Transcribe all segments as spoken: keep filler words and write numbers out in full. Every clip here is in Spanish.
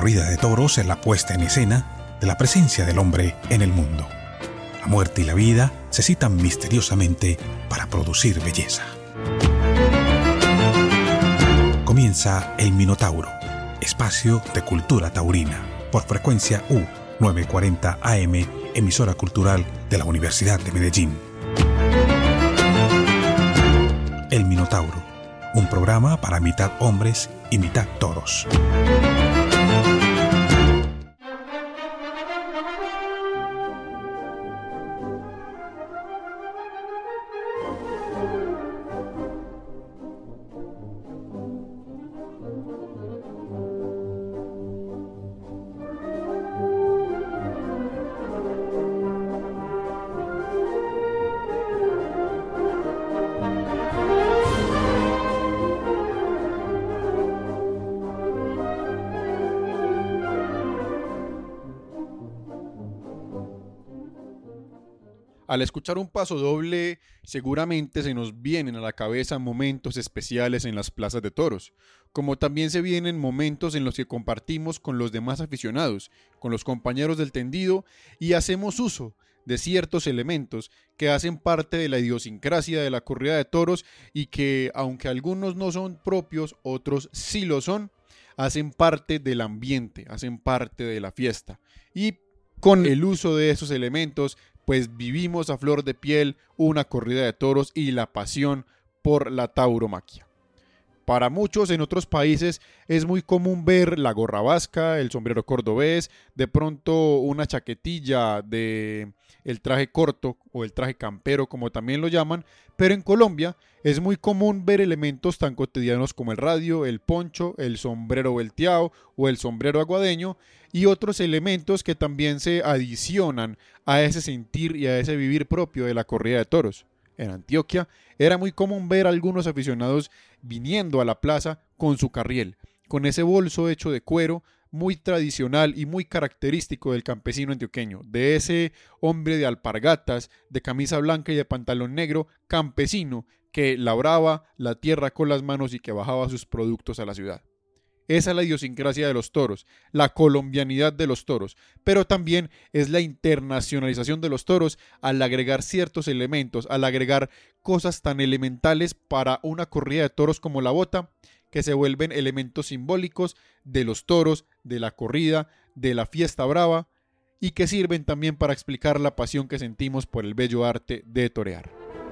corrida de toros es la puesta en escena de la presencia del hombre en el mundo. La muerte y la vida se citan misteriosamente para producir belleza. Comienza El Minotauro, espacio de cultura taurina, por frecuencia U novecientos cuarenta A M, emisora cultural de la Universidad de Medellín. El Minotauro, un programa para mitad hombres y mitad toros. Al escuchar un paso doble, seguramente se nos vienen a la cabeza momentos especiales en las plazas de toros, como también se vienen momentos en los que compartimos con los demás aficionados, con los compañeros del tendido y hacemos uso de ciertos elementos que hacen parte de la idiosincrasia de la corrida de toros y que, aunque algunos no son propios, otros sí lo son, hacen parte del ambiente, hacen parte de la fiesta. Y con el uso de esos elementos, pues vivimos a flor de piel una corrida de toros y la pasión por la tauromaquia. Para muchos en otros países es muy común ver la gorra vasca, el sombrero cordobés, de pronto una chaquetilla de el traje corto o el traje campero como también lo llaman, pero en Colombia es muy común ver elementos tan cotidianos como el radio, el poncho, el sombrero volteado o el sombrero aguadeño y otros elementos que también se adicionan a ese sentir y a ese vivir propio de la corrida de toros. En Antioquia era muy común ver a algunos aficionados viniendo a la plaza con su carriel, con ese bolso hecho de cuero muy tradicional y muy característico del campesino antioqueño, de ese hombre de alpargatas, de camisa blanca y de pantalón negro, campesino que labraba la tierra con las manos y que bajaba sus productos a la ciudad. Esa es la idiosincrasia de los toros, la colombianidad de los toros, pero también es la internacionalización de los toros al agregar ciertos elementos, al agregar cosas tan elementales para una corrida de toros como la bota, que se vuelven elementos simbólicos de los toros, de la corrida, de la fiesta brava, y que sirven también para explicar la pasión que sentimos por el bello arte de torear.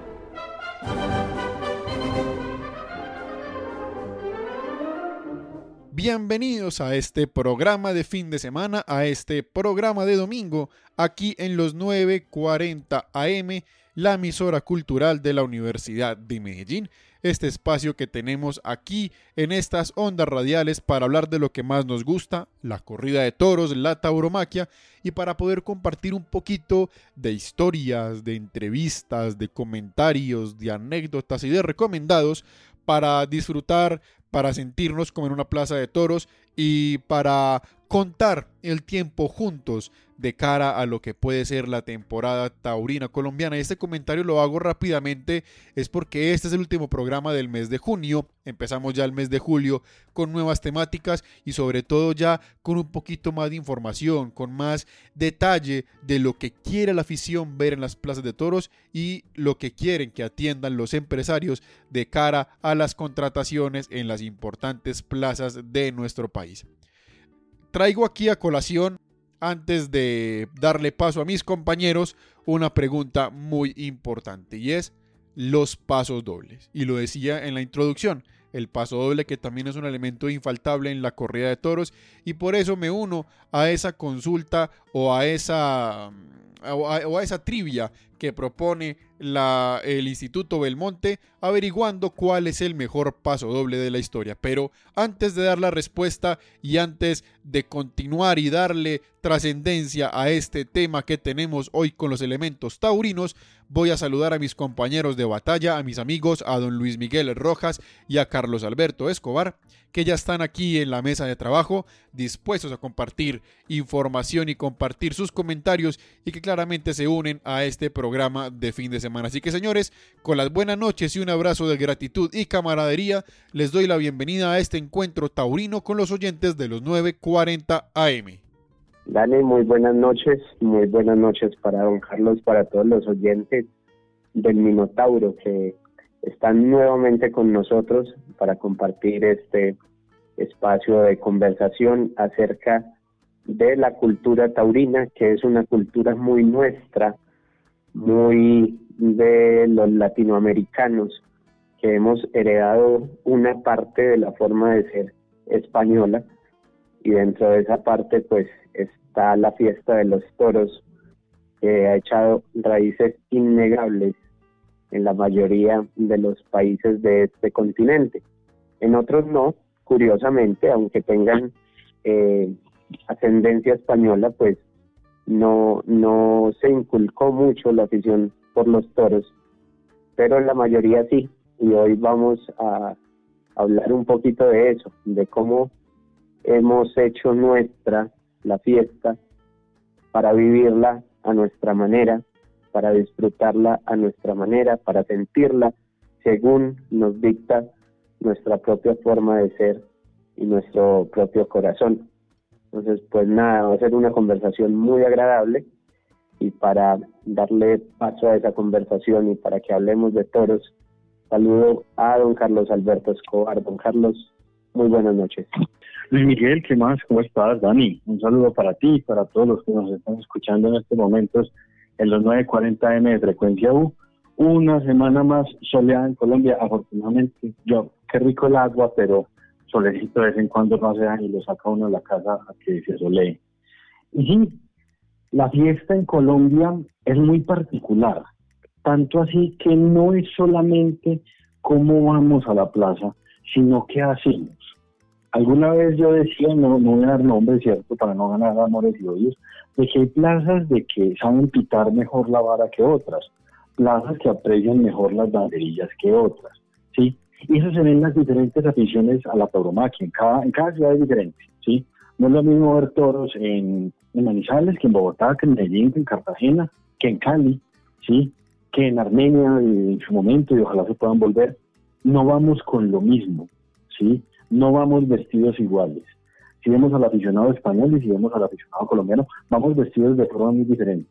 Bienvenidos a este programa de fin de semana, a este programa de domingo, aquí en los novecientos cuarenta A M, la emisora cultural de la Universidad de Medellín. Este espacio que tenemos aquí en estas ondas radiales para hablar de lo que más nos gusta, la corrida de toros, la tauromaquia, y para poder compartir un poquito de historias, de entrevistas, de comentarios, de anécdotas y de recomendados para disfrutar, para sentirnos como en una plaza de toros y para contar el tiempo juntos de cara a lo que puede ser la temporada taurina colombiana. Y este comentario lo hago rápidamente, es porque este es el último programa del mes de junio, empezamos ya el mes de julio con nuevas temáticas y sobre todo ya con un poquito más de información, con más detalle de lo que quiere la afición ver en las plazas de toros y lo que quieren que atiendan los empresarios de cara a las contrataciones en las importantes plazas de nuestro país. Traigo aquí a colación, antes de darle paso a mis compañeros, una pregunta muy importante y es los pasos dobles. Y lo decía en la introducción, el paso doble que también es un elemento infaltable en la corrida de toros y por eso me uno a esa consulta o a esa, o a, o a esa trivia que propone la, el Instituto Belmonte, averiguando cuál es el mejor paso doble de la historia. Pero antes de dar la respuesta y antes de continuar y darle trascendencia a este tema que tenemos hoy con los elementos taurinos, voy a saludar a mis compañeros de batalla, a mis amigos, a don Luis Miguel Rojas y a Carlos Alberto Escobar, que ya están aquí en la mesa de trabajo, dispuestos a compartir información y compartir sus comentarios y que claramente se unen a este programa programa de fin de semana. Así que, señores, con las buenas noches y un abrazo de gratitud y camaradería, les doy la bienvenida a este encuentro taurino con los oyentes de los nueve cuarenta A M. Dani, muy buenas noches, muy buenas noches para don Carlos, para todos los oyentes del Minotauro que están nuevamente con nosotros para compartir este espacio de conversación acerca de la cultura taurina, que es una cultura muy nuestra, muy de los latinoamericanos, que hemos heredado una parte de la forma de ser española, y dentro de esa parte pues está la fiesta de los toros, que ha echado raíces innegables en la mayoría de los países de este continente. En otros no, curiosamente, aunque tengan eh, ascendencia española, pues no, no se inculcó mucho la afición por los toros, pero en la mayoría sí, y hoy vamos a hablar un poquito de eso, de cómo hemos hecho nuestra la fiesta para vivirla a nuestra manera, para disfrutarla a nuestra manera, para sentirla según nos dicta nuestra propia forma de ser y nuestro propio corazón. Entonces, pues nada, va a ser una conversación muy agradable, y para darle paso a esa conversación y para que hablemos de toros, saludo a don Carlos Alberto Escobar. Don Carlos, muy buenas noches. Luis Miguel, ¿qué más? ¿Cómo estás, Dani? Un saludo para ti y para todos los que nos están escuchando en estos momentos en los nueve cuarenta A M de Frecuencia U. Una semana más soleada en Colombia, afortunadamente. Yo, qué rico el agua, pero solecito de vez en cuando no hace daño y lo saca uno de la casa a que se solee. Y sí, la fiesta en Colombia es muy particular, tanto así que no es solamente cómo vamos a la plaza, sino qué hacemos. Alguna vez yo decía, no, no voy a dar nombres, ¿cierto?, para no ganar amores y odios, de que hay plazas de que saben pitar mejor la vara que otras, plazas que aprecian mejor las banderillas que otras, ¿sí? Y eso se ve en las diferentes aficiones a la tauromaquia, en cada, en cada ciudad es diferente, ¿sí? No es lo mismo ver toros en, en Manizales que en Bogotá, que en Medellín, que en Cartagena, que en Cali, ¿sí?, que en Armenia en su momento, y ojalá se puedan volver. No vamos con lo mismo, ¿sí? No vamos vestidos iguales. Si vemos al aficionado español y si vemos al aficionado colombiano, vamos vestidos de formas muy diferentes.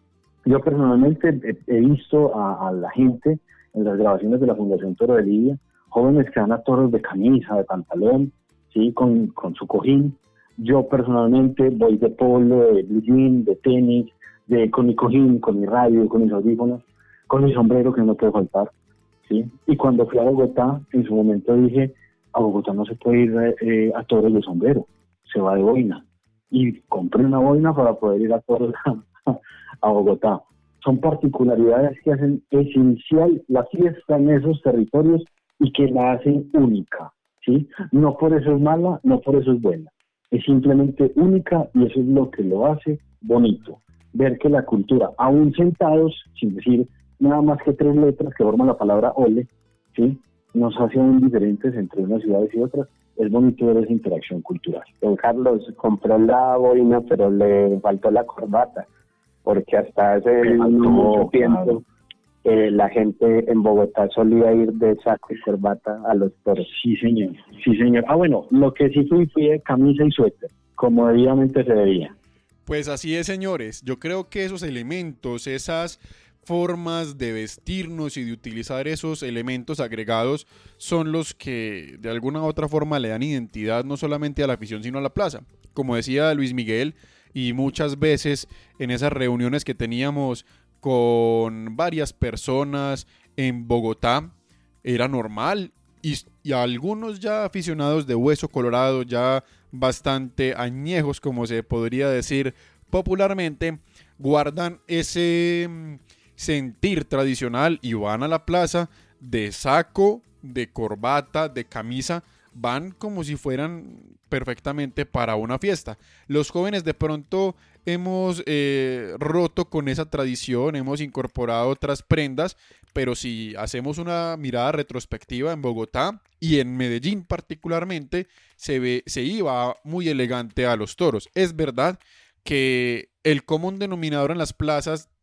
Yo personalmente he, he visto a, a la gente en las grabaciones de la Fundación Toro de Lidia, jóvenes que van a toros de camisa, de pantalón, ¿sí?, con, con su cojín. Yo personalmente voy de polo, de blue jean, de tenis, de, con mi cojín, con mi radio, con mis audífonos, con mi sombrero que no puede faltar, ¿sí? Y cuando fui a Bogotá, en su momento dije, a Bogotá no se puede ir eh, a toros de sombrero, se va de boina. Y compré una boina para poder ir a toros a, a Bogotá. Son particularidades que hacen esencial la fiesta en esos territorios y que la hacen única, ¿sí? No por eso es mala, no por eso es buena. Es simplemente única y eso es lo que lo hace bonito. Ver que la cultura, aún sentados, sin decir nada más que tres letras que forman la palabra ole, ¿sí?, nos hace aún diferentes entre unas ciudades y otras. Es bonito ver esa interacción cultural. Don Carlos compró la boina, pero le faltó la corbata, porque hasta hace faltó, mucho tiempo claro. eh, la gente en Bogotá solía ir de saco y corbata a los toros. Sí, señor. Sí, señor. Ah, bueno, lo que sí fui fui de camisa y suéter, como debidamente se debía. Pues así es, señores. Yo creo que esos elementos, esas formas de vestirnos y de utilizar esos elementos agregados son los que de alguna u otra forma le dan identidad no solamente a la afición sino a la plaza. Como decía Luis Miguel, y muchas veces en esas reuniones que teníamos con varias personas en Bogotá, era normal, y, y algunos ya aficionados de hueso colorado, ya bastante añejos como se podría decir popularmente, guardan ese sentir tradicional y van a la plaza de saco, de corbata, de camisa, van como si fueran perfectamente para una fiesta. Los jóvenes de pronto hemos eh, roto con esa tradición, hemos incorporado otras prendas, pero si hacemos una mirada retrospectiva en Bogotá y en Medellín particularmente, se ve, se iba muy elegante a los toros. Es verdad que el común denominador en las plazas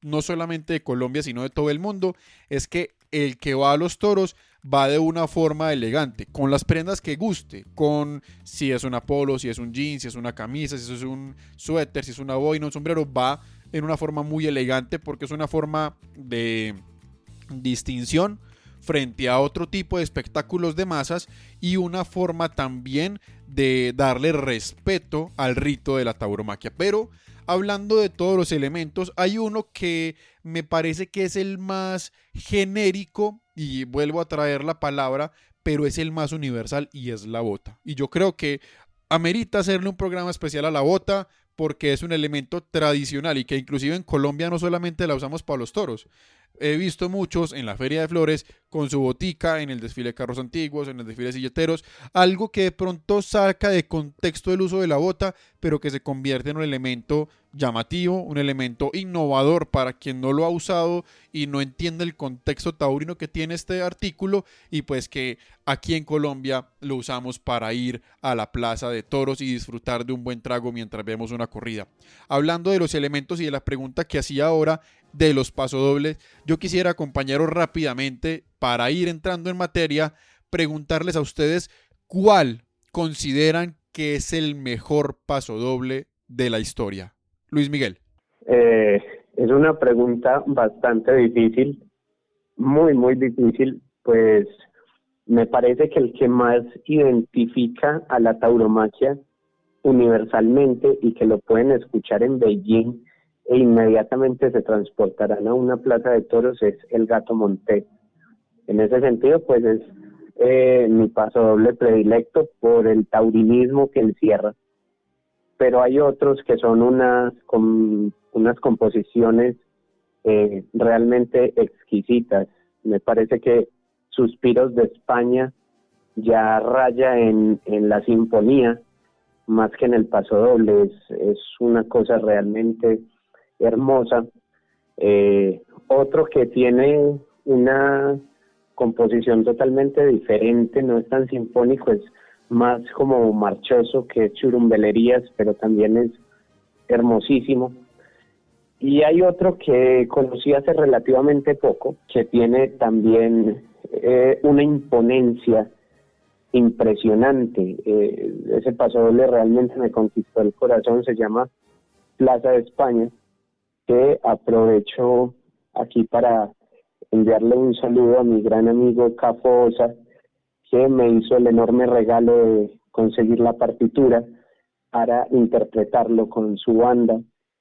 no solamente de Colombia, sino de todo el mundo, es que el que va a los toros va de una forma elegante, con las prendas que guste, con si es una polo, si es un jean, si es una camisa, si es un suéter, si es una boina, un sombrero, va en una forma muy elegante porque es una forma de distinción frente a otro tipo de espectáculos de masas y una forma también de darle respeto al rito de la tauromaquia. Pero hablando de todos los elementos, hay uno que me parece que es el más genérico, y vuelvo a traer la palabra, pero es el más universal, y es la bota. Y yo creo que amerita hacerle un programa especial a la bota porque es un elemento tradicional y que inclusive en Colombia no solamente la usamos para los toros. He visto muchos en la Feria de Flores con su botica, en el desfile de carros antiguos, en el desfile de silleteros, algo que de pronto saca de contexto el uso de la bota, pero que se convierte en un elemento llamativo, un elemento innovador para quien no lo ha usado y no entiende el contexto taurino que tiene este artículo, y pues que aquí en Colombia lo usamos para ir a la plaza de toros y disfrutar de un buen trago mientras vemos una corrida. Hablando de los elementos y de la pregunta que hacía ahora de los pasodobles, yo quisiera, acompañaros rápidamente para ir entrando en materia, preguntarles a ustedes cuál consideran que es el mejor pasodoble de la historia. Luis Miguel. Eh, es una pregunta bastante difícil, muy, muy difícil, pues me parece que el que más identifica a la tauromaquia universalmente y que lo pueden escuchar en Beijing e inmediatamente se transportarán a una plaza de toros es el Gato Montés. En ese sentido, pues es eh, mi pasodoble predilecto por el taurinismo que encierra. Pero hay otros que son unas, com, unas composiciones eh, realmente exquisitas. Me parece que Suspiros de España ya raya en, en la sinfonía más que en el pasodoble. Es, es una cosa realmente hermosa. Eh, otro que tiene una composición totalmente diferente, no es tan sinfónico, es más como marchoso, que es Churumbelerías, pero también es hermosísimo. Y hay otro que conocí hace relativamente poco, que tiene también eh, una imponencia impresionante. Eh, ese pasodoble realmente me conquistó el corazón, se llama Plaza de España, que aprovecho aquí para enviarle un saludo a mi gran amigo Cafo Osa, que me hizo el enorme regalo de conseguir la partitura para interpretarlo con su banda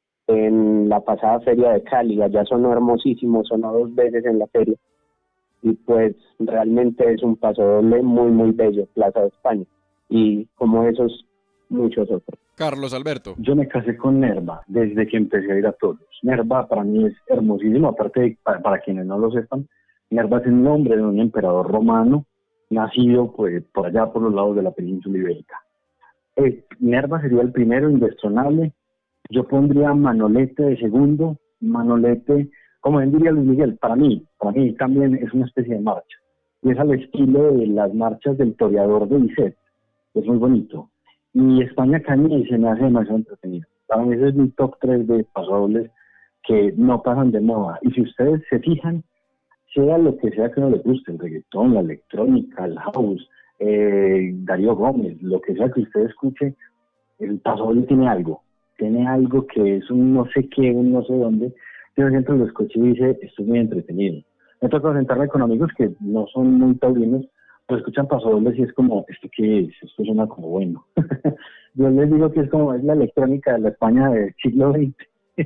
en la pasada feria de Cali. Allá sonó hermosísimo, sonó dos veces en la feria, y pues realmente es un pasodoble muy muy bello, Plaza de España, y como esos muchos otros. Carlos Alberto. Yo me casé con Nerva desde que empecé a ir a toros. Nerva para mí es hermosísimo, aparte de, para, para quienes no lo sepan, Nerva es el nombre de un emperador romano nacido pues, por allá por los lados de la península ibérica. Eh, Nerva sería el primero indestronable. Yo pondría Manolete de segundo. Manolete, como bien diría Luis Miguel, para mí, para mí también es una especie de marcha. Y es al estilo de las marchas del toreador de Bizet. Es muy bonito. Y España Cañí se me hace demasiado entretenido. Para mí ese es mi top tres de pasodobles que no pasan de moda. Y si ustedes se fijan, sea lo que sea que no les guste, el reggaetón, la electrónica, el house, eh, Darío Gómez, lo que sea que usted escuche, el pasodoble tiene algo. Tiene algo que es un no sé qué, un no sé dónde. Yo siempre lo escucho y dice, esto es muy entretenido. Me toca sentarme con amigos que no son muy taurinos, pero escuchan pasodobles y es como, ¿esto qué es? Esto suena como bueno. Yo les digo que es como, es la electrónica de la España del siglo veinte,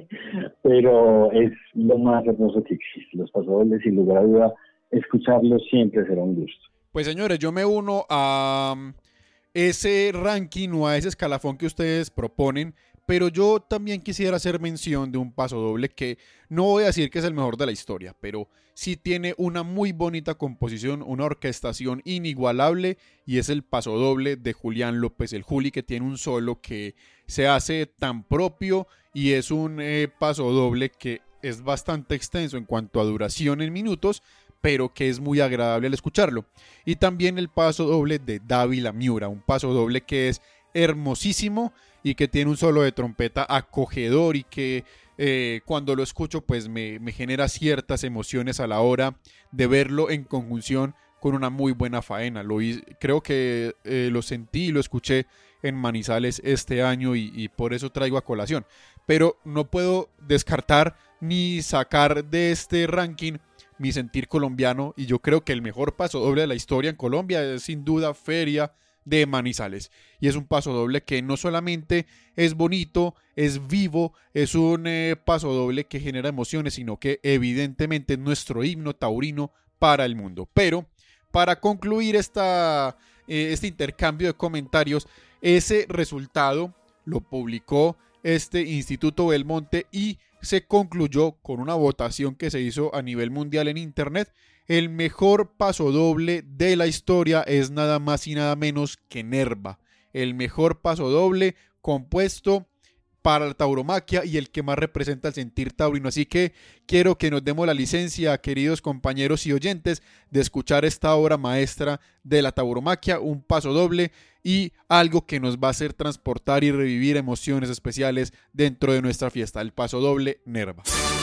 pero es lo más hermoso que existe. Los pasodobles, sin lugar a duda, escucharlos siempre será un gusto. Pues señores, yo me uno a ese ranking o a ese escalafón que ustedes proponen, pero yo también quisiera hacer mención de un pasodoble que no voy a decir que es el mejor de la historia, pero sí tiene una muy bonita composición, una orquestación inigualable, y es el pasodoble de Julián López el Juli, que tiene un solo que se hace tan propio y es un eh, pasodoble que es bastante extenso en cuanto a duración en minutos, pero que es muy agradable al escucharlo. Y también el pasodoble de Dávila Miura, un pasodoble que es hermosísimo y que tiene un solo de trompeta acogedor y que eh, cuando lo escucho pues me, me genera ciertas emociones a la hora de verlo en conjunción con una muy buena faena. Lo hice, creo que eh, lo sentí y lo escuché en Manizales este año y, y por eso traigo a colación. Pero no puedo descartar ni sacar de este ranking mi sentir colombiano, y yo creo que el mejor paso doble de la historia en Colombia es sin duda Feria de Manizales, y es un paso doble que no solamente es bonito, es vivo, es un eh, paso doble que genera emociones, sino que evidentemente es nuestro himno taurino para el mundo. Pero para concluir esta, eh, este intercambio de comentarios, ese resultado lo publicó este Instituto Belmonte y se concluyó con una votación que se hizo a nivel mundial en internet. El mejor paso doble de la historia es nada más y nada menos que Nerva. El mejor paso doble compuesto para la tauromaquia y el que más representa el sentir taurino. Así que quiero que nos demos la licencia, queridos compañeros y oyentes, de escuchar esta obra maestra de la tauromaquia, un paso doble y algo que nos va a hacer transportar y revivir emociones especiales dentro de nuestra fiesta, el paso doble Nerva.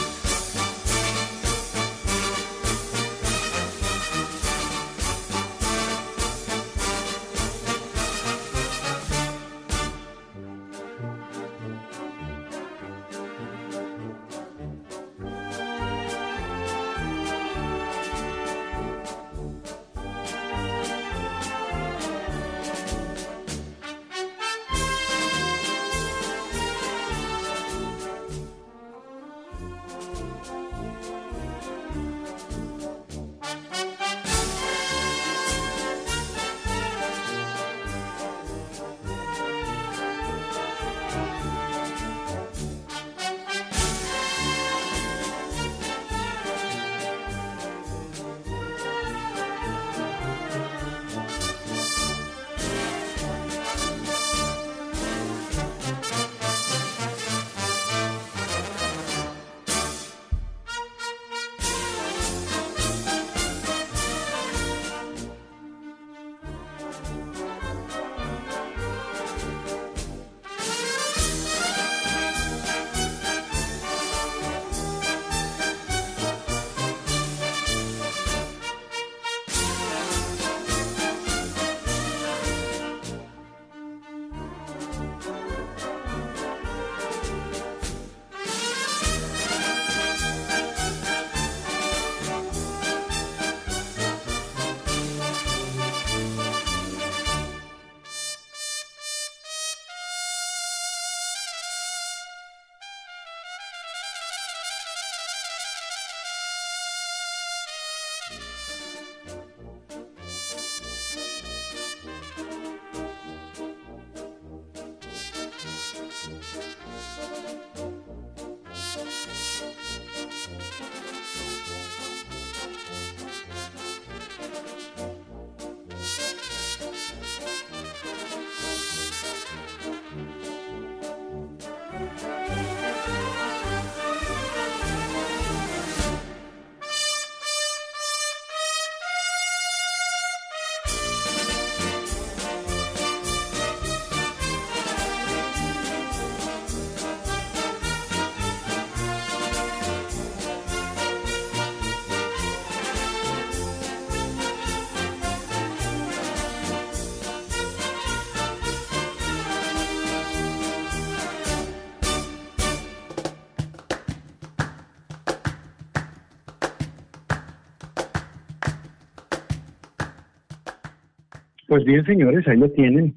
Pues bien, señores, ahí lo tienen.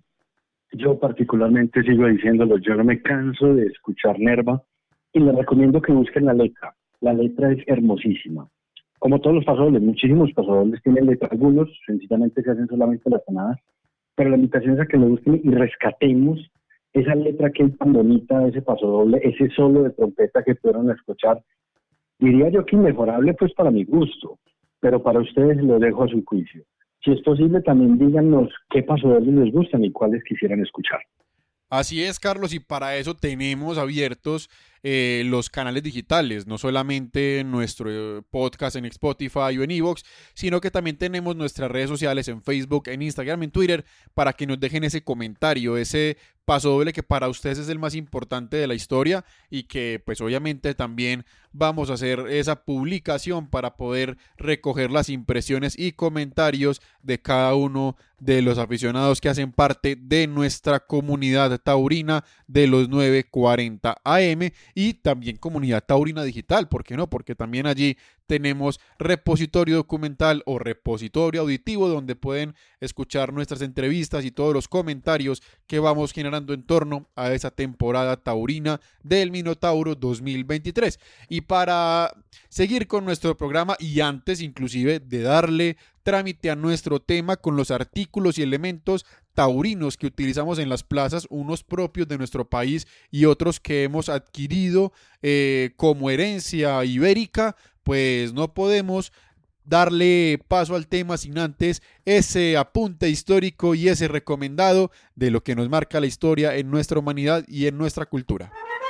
Yo particularmente sigo diciéndolo, yo no me canso de escuchar Nerva y les recomiendo que busquen la letra. La letra es hermosísima. Como todos los pasodobles, muchísimos pasodobles tienen letra. Algunos sencillamente se hacen solamente las tonadas, pero la invitación es a que lo busquen y rescatemos esa letra que es tan bonita de ese pasodoble, ese solo de trompeta que pudieron escuchar. Diría yo que inmejorable pues para mi gusto, pero para ustedes lo dejo a su juicio. Si es posible, también díganos qué pasodobles les gustan y cuáles quisieran escuchar. Así es, Carlos, y para eso tenemos abiertos eh, los canales digitales, no solamente nuestro podcast en Spotify o en iVoox, sino que también tenemos nuestras redes sociales en Facebook, en Instagram, en Twitter, para que nos dejen ese comentario, ese paso doble que para ustedes es el más importante de la historia y que pues obviamente también vamos a hacer esa publicación para poder recoger las impresiones y comentarios de cada uno de los aficionados que hacen parte de nuestra comunidad taurina de los nueve cuarenta A M y también comunidad taurina digital, ¿por qué no? Porque también allí tenemos repositorio documental o repositorio auditivo donde pueden escuchar nuestras entrevistas y todos los comentarios que vamos generando en torno a esa temporada taurina del Minotauro dos mil veintitrés. Y para seguir con nuestro programa y antes inclusive de darle trámite a nuestro tema con los artículos y elementos taurinos que utilizamos en las plazas, unos propios de nuestro país y otros que hemos adquirido eh, como herencia ibérica, pues no podemos darle paso al tema sin antes ese apunte histórico y ese recomendado de lo que nos marca la historia en nuestra humanidad y en nuestra cultura.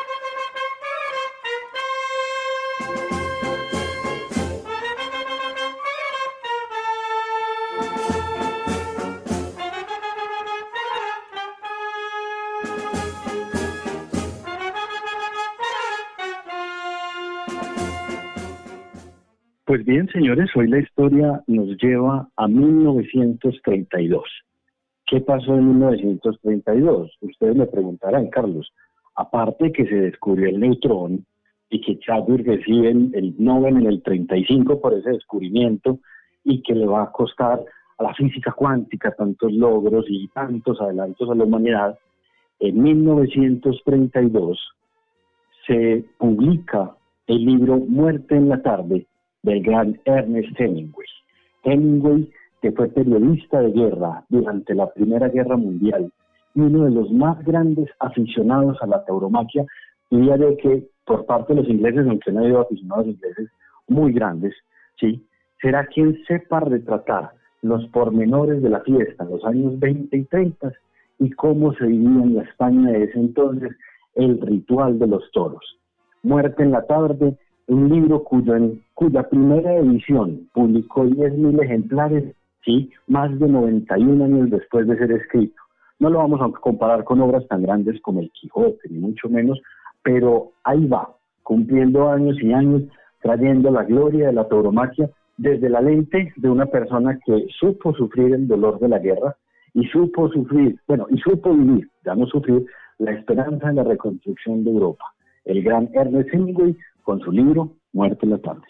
Pues bien, señores, hoy la historia nos lleva a mil novecientos treinta y dos. ¿Qué pasó en mil novecientos treinta y dos? Ustedes me preguntarán, Carlos. Aparte que se descubrió el neutrón y que Chadwick recibe el, el Nobel en el treinta y cinco por ese descubrimiento y que le va a costar a la física cuántica tantos logros y tantos adelantos a la humanidad, en mil novecientos treinta y dos se publica el libro Muerte en la tarde del gran Ernest Hemingway. Hemingway, que fue periodista de guerra durante la Primera Guerra Mundial y uno de los más grandes aficionados a la tauromaquia, diría de que por parte de los ingleses, aunque no ha habido aficionados ingleses muy grandes, ¿sí?, será quien sepa retratar los pormenores de la fiesta en los años veinte y treinta y cómo se vivía en la España de ese entonces el ritual de los toros. Muerte en la tarde, un libro cuyo, en, cuya primera edición publicó diez mil ejemplares, ¿sí?, más de noventa y un años después de ser escrito. No lo vamos a comparar con obras tan grandes como El Quijote, ni mucho menos, pero ahí va, cumpliendo años y años, trayendo la gloria de la tauromaquia desde la lente de una persona que supo sufrir el dolor de la guerra y supo sufrir, bueno, y supo vivir, ya no sufrir, la esperanza de la reconstrucción de Europa. El gran Ernest Hemingway, con su libro Muerte en la tarde.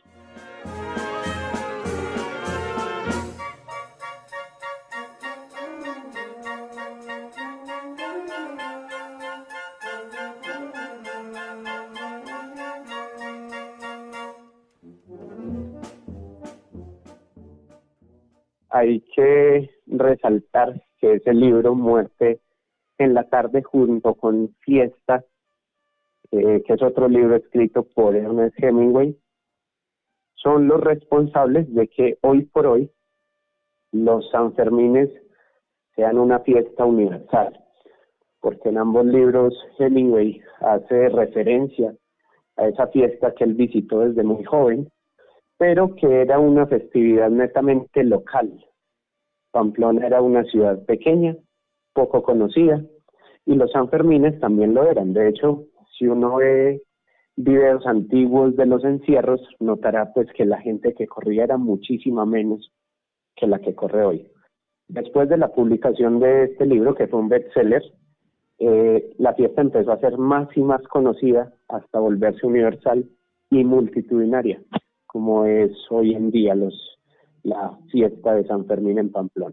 Hay que resaltar que ese libro Muerte en la tarde, junto con Fiesta, Eh, que es otro libro escrito por Ernest Hemingway, son los responsables de que hoy por hoy los Sanfermines sean una fiesta universal, porque en ambos libros Hemingway hace referencia a esa fiesta que él visitó desde muy joven, pero que era una festividad netamente local. Pamplona era una ciudad pequeña, poco conocida, y los Sanfermines también lo eran. De hecho, si uno ve videos antiguos de los encierros, notará pues que la gente que corría era muchísima menos que la que corre hoy. Después de la publicación de este libro, que fue un bestseller, eh, la fiesta empezó a ser más y más conocida hasta volverse universal y multitudinaria, como es hoy en día los, la fiesta de San Fermín en Pamplona.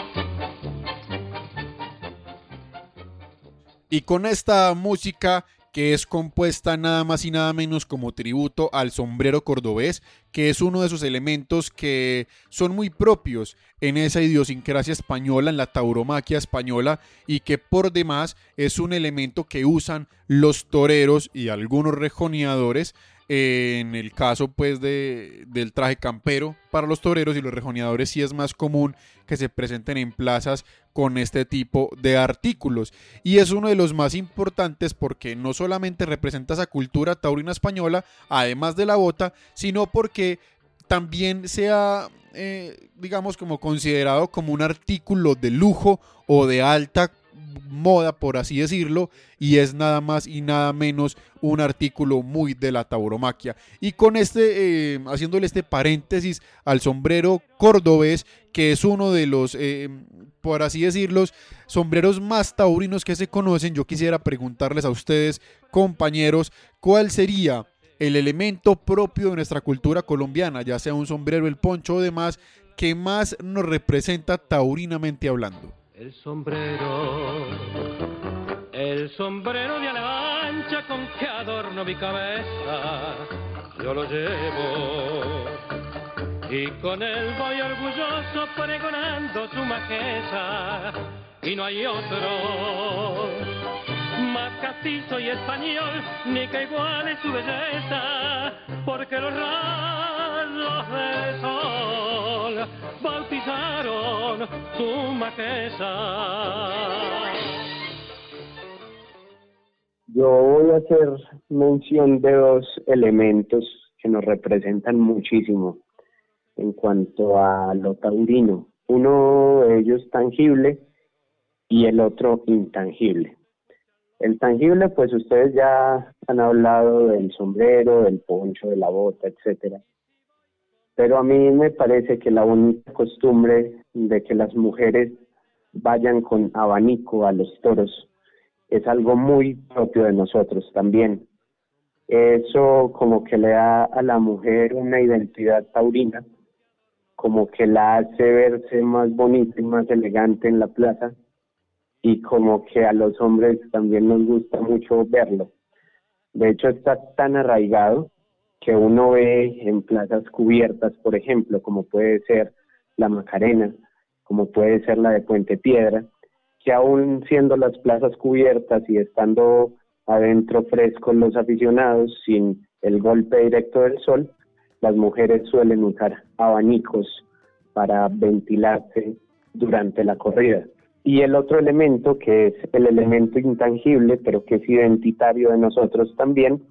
Y con esta música que es compuesta nada más y nada menos como tributo al sombrero cordobés, que es uno de esos elementos que son muy propios en esa idiosincrasia española, en la tauromaquia española, y que por demás es un elemento que usan los toreros y algunos rejoneadores, en el caso pues de, del traje campero para los toreros, y los rejoneadores sí es más común que se presenten en plazas con este tipo de artículos, y es uno de los más importantes porque no solamente representa esa cultura taurina española, además de la bota, sino porque también se ha, eh, digamos, como considerado como un artículo de lujo o de alta moda, por así decirlo, y es nada más y nada menos un artículo muy de la tauromaquia. Y con este, eh, haciéndole este paréntesis al sombrero cordobés, que es uno de los, eh, por así decirlo, sombreros más taurinos que se conocen, yo quisiera preguntarles a ustedes, compañeros, ¿cuál sería el elemento propio de nuestra cultura colombiana, ya sea un sombrero, el poncho o demás, que más nos representa taurinamente hablando? El sombrero, el sombrero de ala ancha con que adorno mi cabeza, yo lo llevo y con él voy orgulloso pregonando su majestad, y no hay otro más castizo y español ni que iguale su belleza, porque los rayos del sol bautizaron su majestad. Yo voy a hacer mención de dos elementos que nos representan muchísimo en cuanto a lo taurino. Uno de ellos tangible y el otro intangible. El tangible, pues ustedes ya han hablado del sombrero, del poncho, de la bota, etcétera. Pero a mí me parece que la bonita costumbre de que las mujeres vayan con abanico a los toros es algo muy propio de nosotros también. Eso como que le da a la mujer una identidad taurina, como que la hace verse más bonita y más elegante en la plaza, y como que a los hombres también nos gusta mucho verlo. De hecho, está tan arraigado que uno ve en plazas cubiertas, por ejemplo, como puede ser la Macarena, como puede ser la de Puente Piedra, que aún siendo las plazas cubiertas y estando adentro frescos los aficionados, sin el golpe directo del sol, las mujeres suelen usar abanicos para ventilarse durante la corrida. Y el otro elemento, que es el elemento intangible, pero que es identitario de nosotros también,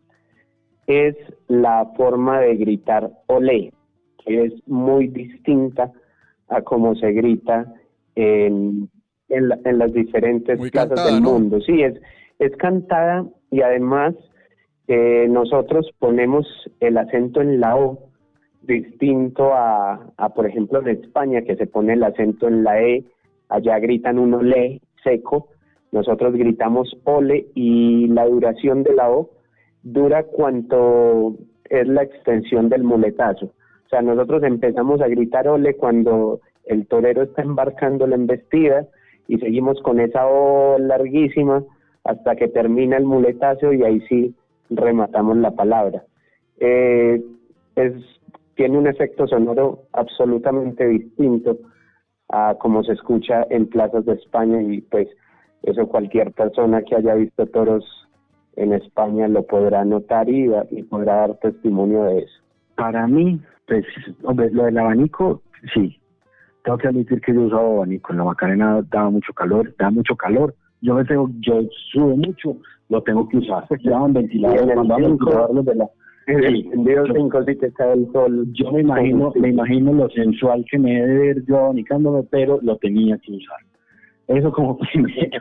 es la forma de gritar olé, que es muy distinta a cómo se grita en, en, la, en las diferentes muy plazas cantada, del ¿no? mundo. Sí, es, es cantada, y además eh, nosotros ponemos el acento en la O, distinto a, a, por ejemplo, en España, que se pone el acento en la E. Allá gritan un olé seco, nosotros gritamos ole, y la duración de la O dura cuanto es la extensión del muletazo. O sea, nosotros empezamos a gritar ole cuando el torero está embarcando la embestida, y seguimos con esa O larguísima hasta que termina el muletazo, y ahí sí rematamos la palabra. Eh, es, tiene un efecto sonoro absolutamente distinto a como se escucha en plazas de España, y pues eso cualquier persona que haya visto toros en España lo podrá notar y, y podrá dar testimonio de eso. Para mí, pues, hombre, lo del abanico, sí. Tengo que admitir que yo usaba abanico. En la Macarena daba mucho calor, da mucho calor. Yo me tengo, yo subo mucho, lo tengo que usar. Llevaban ventiladores, mandaban ventiladores de la... Sí, en Dios cinco sí que está el sol. Yo me imagino, me imagino lo sensual que me debe ver yo abanicándome, pero lo tenía que usar. Eso como primero.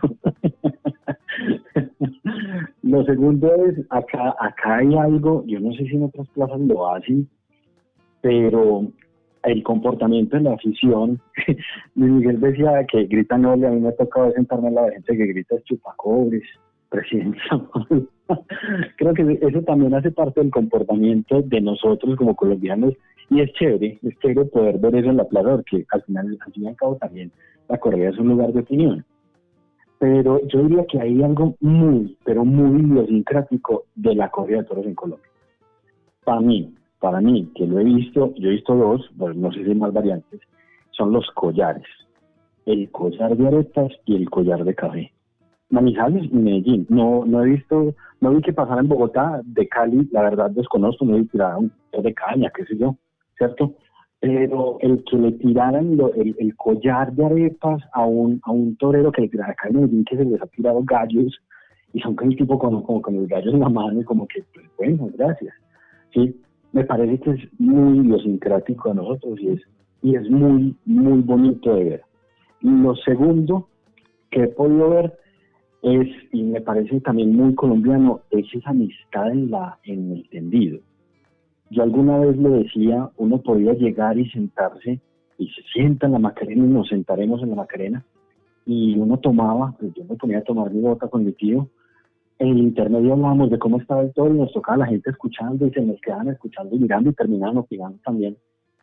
Lo segundo es, acá, acá hay algo, yo no sé si en otras plazas lo hacen, pero el comportamiento de la afición, Luis Miguel decía que gritan ole, a mí me ha tocado sentarme a la gente que grita chupacobres, presidente Samuel. Creo que eso también hace parte del comportamiento de nosotros como colombianos, y es chévere, es chévere poder ver eso en la plaza, porque al final, al fin y al cabo también la corrida es un lugar de opinión. pero yo diría que hay algo muy, pero muy idiosincrático de la corrida de toros en Colombia. Para mí, para mí, que lo he visto, yo he visto dos, pues no sé si hay más variantes, son los collares. El collar de arepas y el collar de café. Manizales y Medellín. No, no he visto, no vi que pasara en Bogotá, de Cali, la verdad desconozco, no vi que tiraran un de caña, qué sé yo, ¿cierto? Pero el que le tiraran lo, el, el collar de arepas a un, a un torero que le tirara acá en Medellín, que se les ha tirado gallos, y son con el tipo como, como con los gallos en la mano, y como que, pues bueno, gracias. Sí, me parece que es muy idiosincrático a nosotros, y es, y es muy, muy bonito de ver. Y lo segundo que he podido ver es, y me parece también muy colombiano, es esa amistad en, la, en el tendido. Yo alguna vez le decía, uno podía llegar y sentarse, y se sienta en la Macarena, y nos sentaremos en la Macarena, y uno tomaba, pues yo me ponía a tomar mi bota con mi tío, en el intermedio hablábamos de cómo estaba el toro, y nos tocaba la gente escuchando, y se nos quedaban escuchando y mirando, y terminaban opinando también.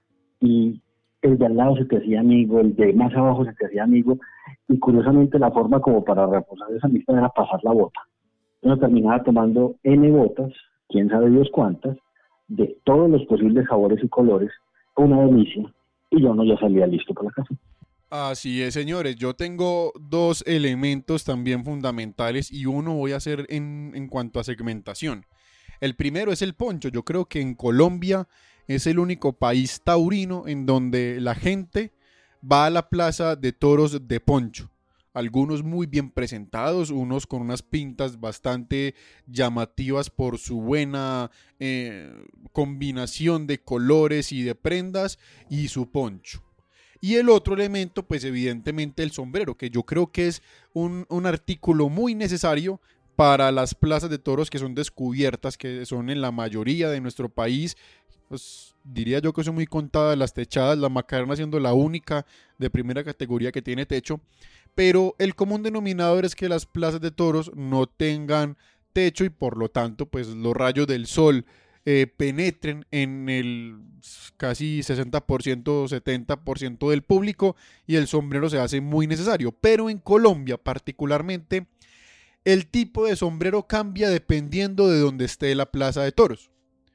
Y el de al lado se te hacía amigo, el de más abajo se te hacía amigo, y curiosamente la forma como para reforzar esa amistad era pasar la bota. Uno terminaba tomando N botas, quién sabe Dios cuántas, de todos los posibles sabores y colores, una delicia, y yo no ya salía listo para la casa. Así es, señores, yo tengo dos elementos también fundamentales y uno voy a hacer en, en cuanto a segmentación. El primero es el poncho. Yo creo que en Colombia es el único país taurino en donde la gente va a la plaza de toros de poncho. Algunos muy bien presentados, unos con unas pintas bastante llamativas por su buena eh, combinación de colores y de prendas y su poncho. Y el otro elemento, pues evidentemente el sombrero, que yo creo que es un, un artículo muy necesario para las plazas de toros que son descubiertas, que son en la mayoría de nuestro país. Pues diría yo que son muy contadas las techadas, la Macarena siendo la única de primera categoría que tiene techo, pero el común denominador es que las plazas de toros no tengan techo y por lo tanto pues los rayos del sol eh, penetren en el casi sesenta por ciento, setenta por ciento del público y el sombrero se hace muy necesario. Pero en Colombia particularmente el tipo de sombrero cambia dependiendo de donde esté la plaza de toros.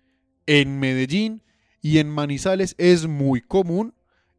En Medellín y en Manizales es muy común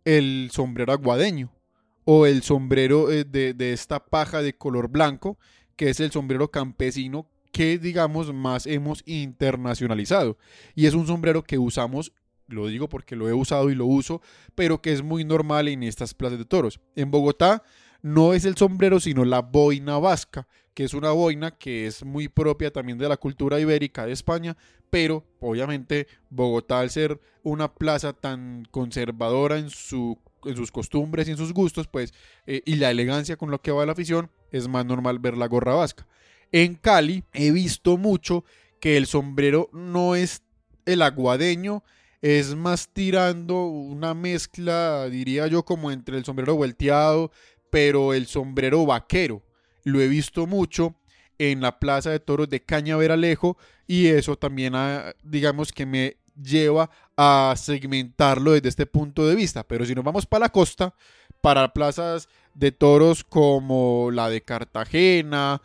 el sombrero aguadeño o el sombrero de, de esta paja de color blanco, que es el sombrero campesino que digamos más hemos internacionalizado. Y es un sombrero que usamos, lo digo porque lo he usado y lo uso, pero que es muy normal en estas plazas de toros. En Bogotá no es el sombrero sino la boina vasca, que es una boina que es muy propia también de la cultura ibérica de España, pero obviamente Bogotá, al ser una plaza tan conservadora en, su, en sus costumbres y en sus gustos, pues, eh, y la elegancia con lo que va la afición, es más normal ver la gorra vasca. En Cali he visto mucho que el sombrero no es el aguadeño, es más tirando una mezcla, diría yo, como entre el sombrero volteado, pero el sombrero vaquero. Lo he visto mucho en la plaza de toros de Cañaveralejo y eso también, a, digamos que me lleva a segmentarlo desde este punto de vista. Pero si nos vamos para la costa, para plazas de toros como la de Cartagena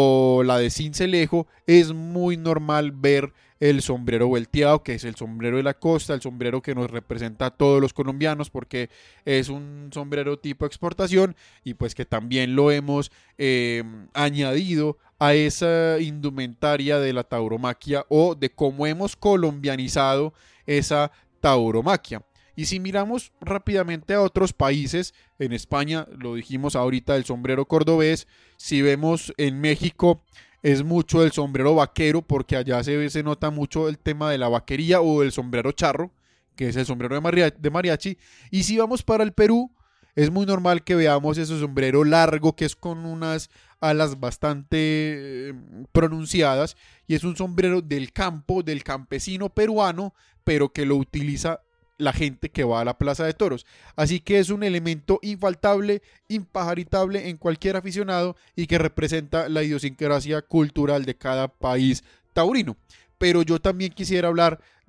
o la de Sincelejo, es muy normal ver el sombrero volteado, que es el sombrero de la costa, el sombrero que nos representa a todos los colombianos porque es un sombrero tipo exportación y pues que también lo hemos eh, añadido a esa indumentaria de la tauromaquia o de cómo hemos colombianizado esa tauromaquia. Y si miramos rápidamente a otros países, en España, lo dijimos ahorita, el sombrero cordobés, si vemos en México, es mucho el sombrero vaquero, porque allá se, se nota mucho el tema de la vaquería o el sombrero charro, que es el sombrero de, maria, de mariachi. Y si vamos para el Perú, es muy normal que veamos ese sombrero largo, que es con unas alas bastante eh, pronunciadas, y es un sombrero del campo, del campesino peruano, pero que lo utiliza la gente que va a la plaza de toros. Así que es un elemento infaltable, impajaritable en cualquier aficionado y que representa la idiosincrasia cultural de cada país taurino. Pero yo también quisiera hablar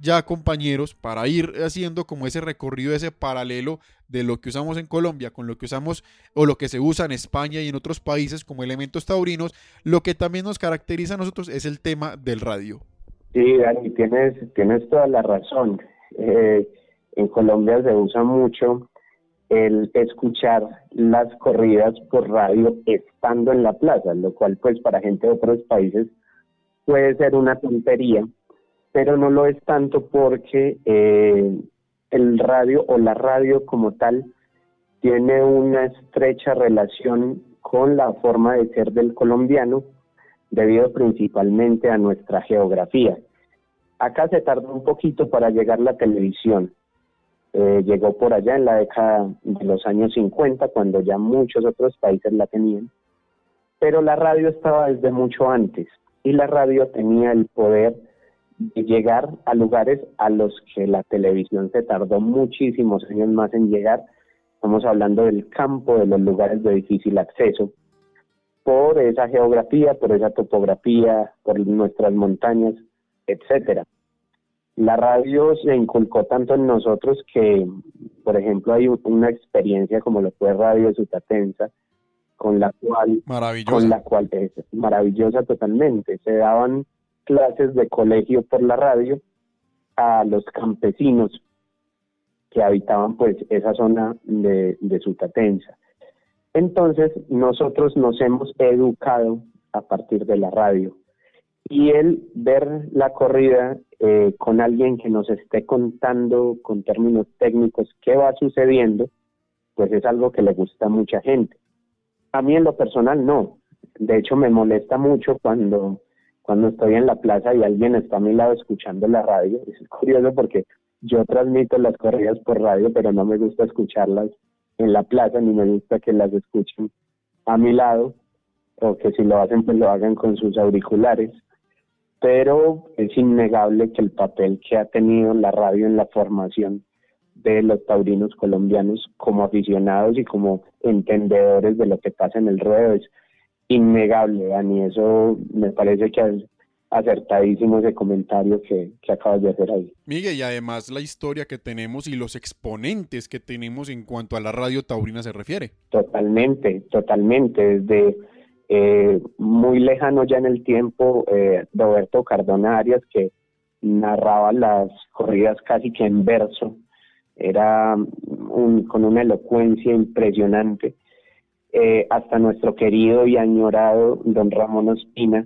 ya compañeros para ir haciendo como ese recorrido, ese paralelo de lo que usamos en Colombia con lo que usamos o lo que se usa en España y en otros países como elementos taurinos. Lo que también nos caracteriza a nosotros es el tema del radio. Sí, Dani, tienes, tienes toda la razón. Eh, en Colombia se usa mucho el escuchar las corridas por radio estando en la plaza, lo cual pues para gente de otros países puede ser una tontería, pero no lo es tanto porque eh, el radio o la radio como tal tiene una estrecha relación con la forma de ser del colombiano, debido principalmente a nuestra geografía. Acá se tardó un poquito para llegar la televisión. Eh, llegó por allá en la década de los años cincuenta, cuando ya muchos otros países la tenían, pero la radio estaba desde mucho antes, y la radio tenía el poder de llegar a lugares a los que la televisión se tardó muchísimos años más en llegar. Estamos hablando del campo, de los lugares de difícil acceso, por esa geografía, por esa topografía, por nuestras montañas, etcétera. La radio se inculcó tanto en nosotros que, por ejemplo, hay una experiencia como lo fue Radio Sutatensa, con la cual, maravillosa. con la cual es maravillosa totalmente. Se daban clases de colegio por la radio a los campesinos que habitaban pues esa zona de, de Sutatensa. Entonces nosotros nos hemos educado a partir de la radio, y el ver la corrida eh, con alguien que nos esté contando con términos técnicos qué va sucediendo, pues es algo que le gusta a mucha gente. A mí en lo personal no, de hecho me molesta mucho cuando, cuando estoy en la plaza y alguien está a mi lado escuchando la radio. Es curioso porque yo transmito las corridas por radio, pero no me gusta escucharlas en la plaza, ni me gusta que las escuchen a mi lado, o que si lo hacen pues lo hagan con sus auriculares. Pero es innegable que el papel que ha tenido la radio en la formación de los taurinos colombianos como aficionados y como entendedores de lo que pasa en el ruedo es innegable, Dani. Eso me parece que es acertadísimo ese comentario que, que acabas de hacer ahí. Miguel, y además la historia que tenemos y los exponentes que tenemos en cuanto a la radio taurina se refiere. Totalmente, totalmente. Desde eh, muy lejano ya en el tiempo, eh, Roberto Cardona Arias, que narraba las corridas casi que en verso, era un, con una elocuencia impresionante, eh, hasta nuestro querido y añorado don Ramón Ospina,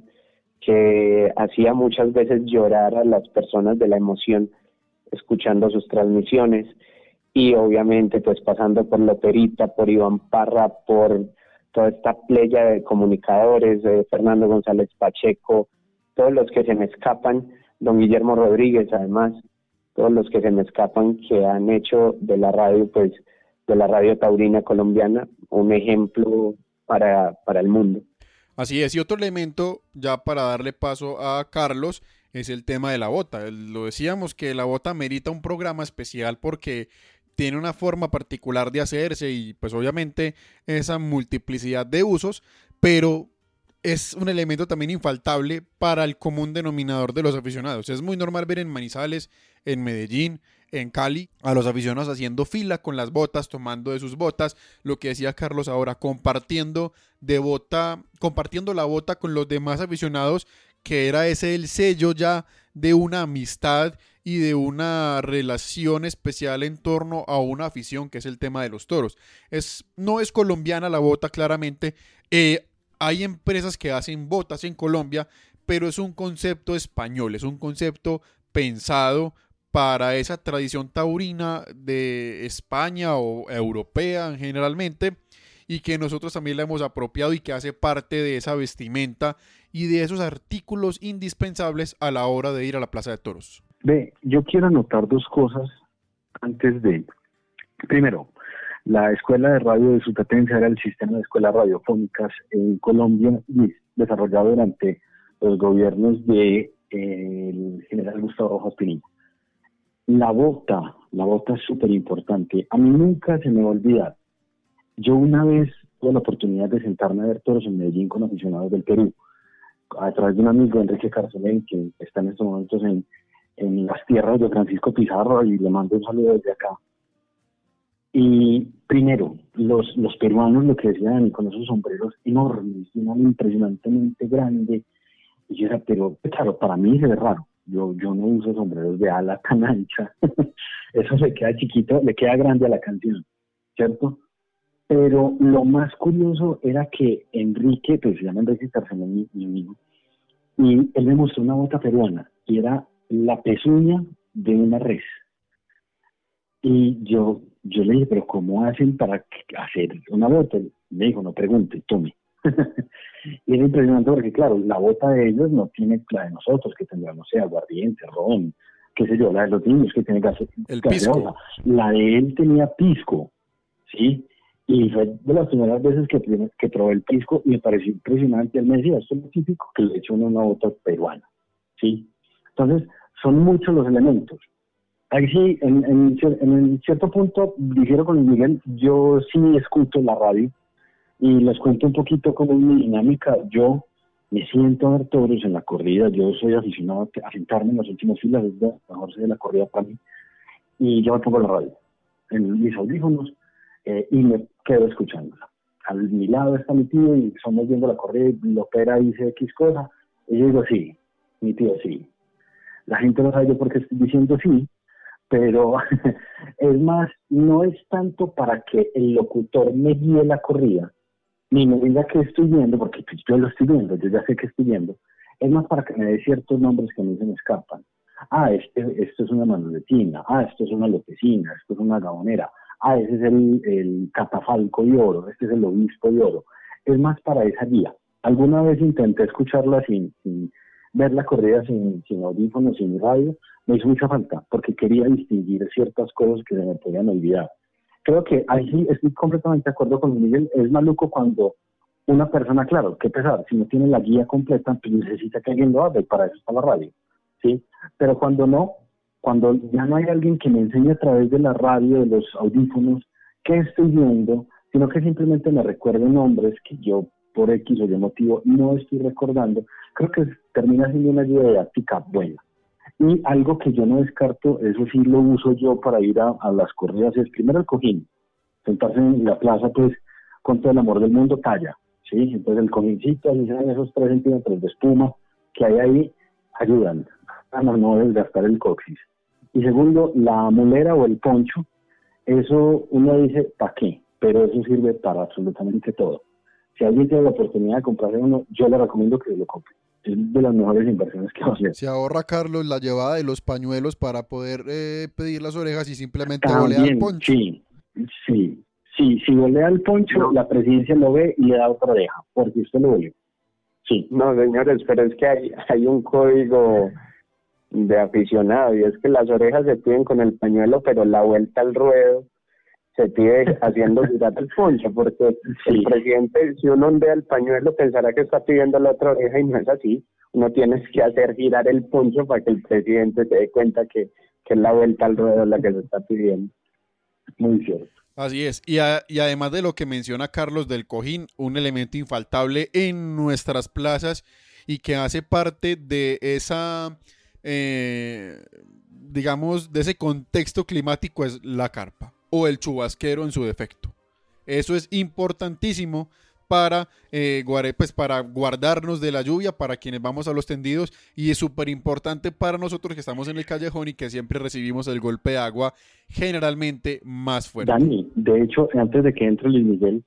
que hacía muchas veces llorar a las personas de la emoción escuchando sus transmisiones, y obviamente pues pasando por Loperita, por Iván Parra, por toda esta playa de comunicadores, de Fernando González Pacheco, todos los que se me escapan, don Guillermo Rodríguez además, todos los que se me escapan, que han hecho de la radio, pues de la radio taurina colombiana, un ejemplo para, para el mundo. Así es, y otro elemento, ya para darle paso a Carlos, es el tema de la bota. Lo decíamos que la bota merita un programa especial porque tiene una forma particular de hacerse y pues obviamente esa multiplicidad de usos, pero es un elemento también infaltable para el común denominador de los aficionados. Es muy normal ver en Manizales, en Medellín, en Cali, a los aficionados haciendo fila con las botas, tomando de sus botas, lo que decía Carlos ahora, compartiendo de bota, compartiendo la bota con los demás aficionados, que era ese el sello ya de una amistad y de una relación especial en torno a una afición, que es el tema de los toros. Es, no es colombiana la bota, claramente. Eh, hay empresas que hacen botas en Colombia, pero es un concepto español, es un concepto pensado para esa tradición taurina de España o europea generalmente, y que nosotros también la hemos apropiado y que hace parte de esa vestimenta y de esos artículos indispensables a la hora de ir a la Plaza de Toros. Ve, yo quiero anotar dos cosas antes de... Primero, la Escuela de Radio de Sutatensa era el sistema de escuelas radiofónicas en Colombia desarrollado durante los gobiernos de eh, el general Gustavo Rojas Pinilla. La bota, la bota es súper importante. A mí nunca se me va a olvidar. Yo una vez tuve la oportunidad de sentarme a ver toros en Medellín con aficionados del Perú, a través de un amigo, Enrique Carcelén, que está en estos momentos en, en las tierras de Francisco Pizarro, y le mando un saludo desde acá. Y primero, los, los peruanos, lo que decían, con esos sombreros enormes, una impresionantemente grande, y yo era, pero claro, para mí se ve raro, yo, yo no uso sombreros de ala tan ancha, eso le queda chiquito, le queda grande a la canción, ¿cierto? Pero lo más curioso era que Enrique, pues se llama Enrique Carceno, mi, mi amigo, y él me mostró una bota peruana, y era la pezuña de una res. Y yo, yo le dije, pero ¿cómo hacen para hacer una bota? Me dijo, no pregunte, tome. Y era impresionante porque, claro, la bota de ellos no tiene la de nosotros, que tendrán, no sé, aguardiente, ron, qué sé yo, la de los niños que tiene gas, el pisco. La de él tenía pisco, ¿sí? Y fue de las primeras veces que, que probé el pisco y me pareció impresionante. Él me decía, esto es lo típico que le echo en una bota peruana, ¿sí? Entonces, son muchos los elementos. Ahí sí, en, en, en cierto punto, difiero con Miguel, yo sí escucho la radio y les cuento un poquito cómo es mi dinámica. Yo me siento a ver toros en la corrida, yo soy aficionado a sentarme en las últimas filas, es la mejor sede de la corrida para mí, y yo me pongo la radio en mis audífonos eh, y me quedo escuchándola. A mi lado está mi tío y estamos viendo la corrida y Lopera dice X cosa, y yo digo sí, mi tío sí. La gente no sabe yo por qué estoy diciendo sí, pero es más, no es tanto para que el locutor me guíe la corrida, ni me diga que estoy viendo, porque pues yo lo estoy viendo, yo ya sé que estoy viendo, es más para que me dé ciertos nombres que a mí se me escapan. Ah, este, esto es una manoletina, ah, esto es una lopecina, esto es una gabonera, ah, ese es el, el catafalco de oro, este es el obispo de oro. Es más para esa guía. Alguna vez intenté escucharla sin, sin ver la corrida sin, sin audífonos, sin radio, me hizo mucha falta, porque quería distinguir ciertas cosas que se me podían olvidar. Creo que ahí sí estoy completamente de acuerdo con Miguel, es maluco cuando una persona, claro, qué pesar, si no tiene la guía completa, pues necesita que alguien lo haga, y para eso está la radio, ¿sí? Pero cuando no, cuando ya no hay alguien que me enseñe a través de la radio, de los audífonos, qué estoy viendo, sino que simplemente me recuerde nombres que yo, por X o Y motivo, no estoy recordando, creo que termina siendo una ayuda didáctica buena. Y algo que yo no descarto, eso sí lo uso yo para ir a, a las corridas, es primero el cojín, sentarse en la plaza pues con todo el amor del mundo, talla, ¿sí? Entonces el cojincito, así sean esos tres centímetros de espuma que hay ahí, ayudan a no desgastar el coxis. Y segundo, la mulera o el poncho, eso uno dice, ¿para qué? Pero eso sirve para absolutamente todo. Si alguien tiene la oportunidad de comprarse uno, yo le recomiendo que lo compre. Es de las mejores inversiones que va a hacer. Se ahorra, Carlos, la llevada de los pañuelos para poder eh, pedir las orejas y simplemente También, volea el poncho. Sí, sí, sí, si volea el poncho, no. La presidencia lo ve y le da otra oreja, porque usted lo volvió. Sí. No, señores, pero es que hay, hay un código de aficionado, y es que las orejas se piden con el pañuelo, pero la vuelta al ruedo se pide haciendo girar el poncho, porque sí. El presidente, si uno ondea el pañuelo, pensará que está pidiendo la otra oreja, y no es así. Uno tiene que hacer girar el poncho para que el presidente se dé cuenta que, que es la vuelta al ruedo la que se está pidiendo. Muy cierto. Así es, y, a, y además de lo que menciona Carlos del cojín, un elemento infaltable en nuestras plazas y que hace parte de esa, eh, digamos, de ese contexto climático es la carpa o el chubasquero en su defecto. Eso es importantísimo para, eh, guare, pues para guardarnos de la lluvia, para quienes vamos a los tendidos, y es súper importante para nosotros que estamos en el callejón y que siempre recibimos el golpe de agua generalmente más fuerte. Dani, de hecho, antes de que entre Luis Miguel,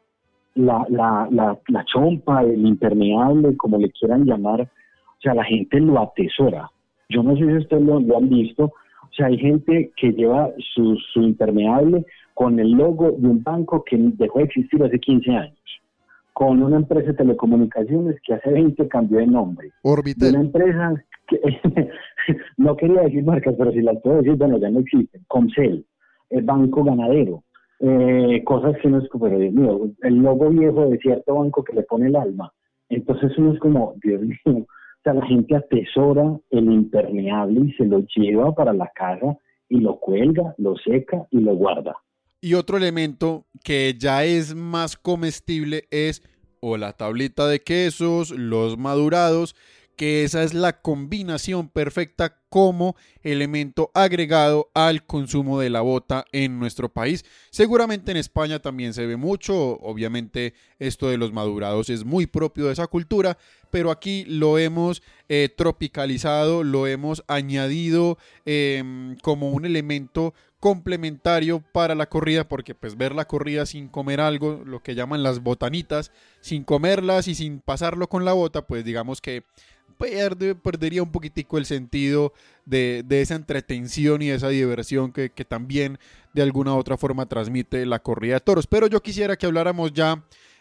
la, la, la, la chompa, el impermeable, como le quieran llamar, o sea, la gente lo atesora. Yo no sé si ustedes lo, lo han visto, o sea, hay gente que lleva su, su impermeable con el logo de un banco que dejó de existir hace quince años, con una empresa de telecomunicaciones que hace veinte cambió de nombre. Orbitel. Una empresa que, no quería decir marcas, pero si las puedo decir, bueno, ya no existen. Comcel, el Banco Ganadero, eh, cosas que no es como, pero Dios mío, el logo viejo de cierto banco que le pone el alma. Entonces uno es como, Dios mío, o sea, la gente atesora el impermeable y se lo lleva para la casa y lo cuelga, lo seca y lo guarda. Y otro elemento que ya es más comestible es o la tablita de quesos, los madurados, que esa es la combinación perfecta como elemento agregado al consumo de la bota en nuestro país. Seguramente en España también se ve mucho, obviamente esto de los madurados es muy propio de esa cultura, pero aquí lo hemos eh, tropicalizado, lo hemos añadido eh, como un elemento complementario para la corrida, porque pues ver la corrida sin comer algo, lo que llaman las botanitas, sin comerlas y sin pasarlo con la bota, pues digamos que pierde, perdería un poquitico el sentido de, de esa entretención y esa diversión que, que también de alguna u otra forma transmite la corrida de toros. Pero yo quisiera que habláramos ya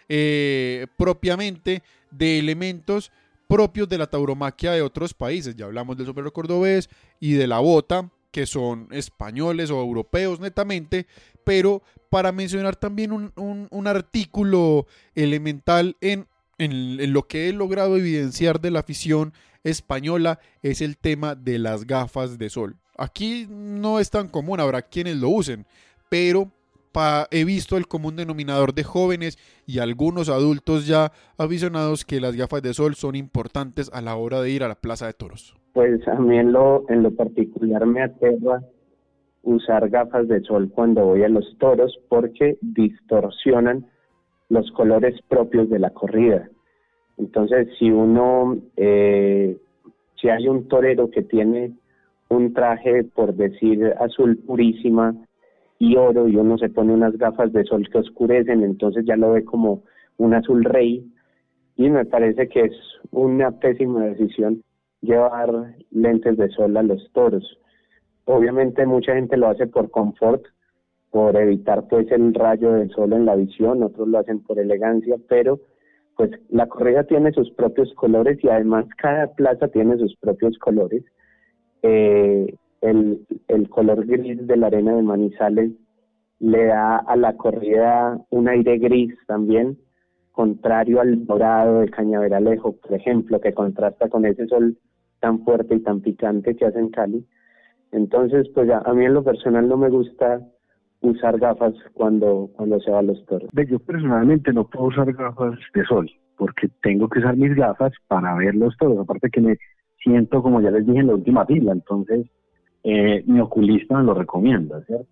eh, propiamente de elementos propios de la tauromaquia de otros países. Ya hablamos del sombrero cordobés y de la bota, que son españoles o europeos netamente, pero para mencionar también un, un, un artículo elemental en, en, en lo que he logrado evidenciar de la afición española es el tema de las gafas de sol. Aquí no es tan común, habrá quienes lo usen, pero pa, he visto el común denominador de jóvenes y algunos adultos ya aficionados que las gafas de sol son importantes a la hora de ir a la plaza de toros. Pues a mí en lo, en lo particular me aterra usar gafas de sol cuando voy a los toros porque distorsionan los colores propios de la corrida. Entonces, si uno, eh, si hay un torero que tiene un traje, por decir, azul purísima y oro, y uno se pone unas gafas de sol que oscurecen, entonces ya lo ve como un azul rey, y me parece que es una pésima decisión llevar lentes de sol a los toros. Obviamente mucha gente lo hace por confort, por evitar pues el rayo del sol en la visión, otros lo hacen por elegancia, pero pues la corrida tiene sus propios colores y además cada plaza tiene sus propios colores. Eh, el, el color gris de la arena de Manizales le da a la corrida un aire gris también, contrario al dorado de Cañaveralejo, por ejemplo, que contrasta con ese sol tan fuerte y tan picante que hace en Cali. Entonces, pues a, a mí en lo personal no me gusta usar gafas cuando, cuando se va a los toros. Yo personalmente no puedo usar gafas de sol, porque tengo que usar mis gafas para ver los toros, aparte que me siento, como ya les dije, en la última fila, entonces eh, mi oculista me lo recomienda, ¿cierto?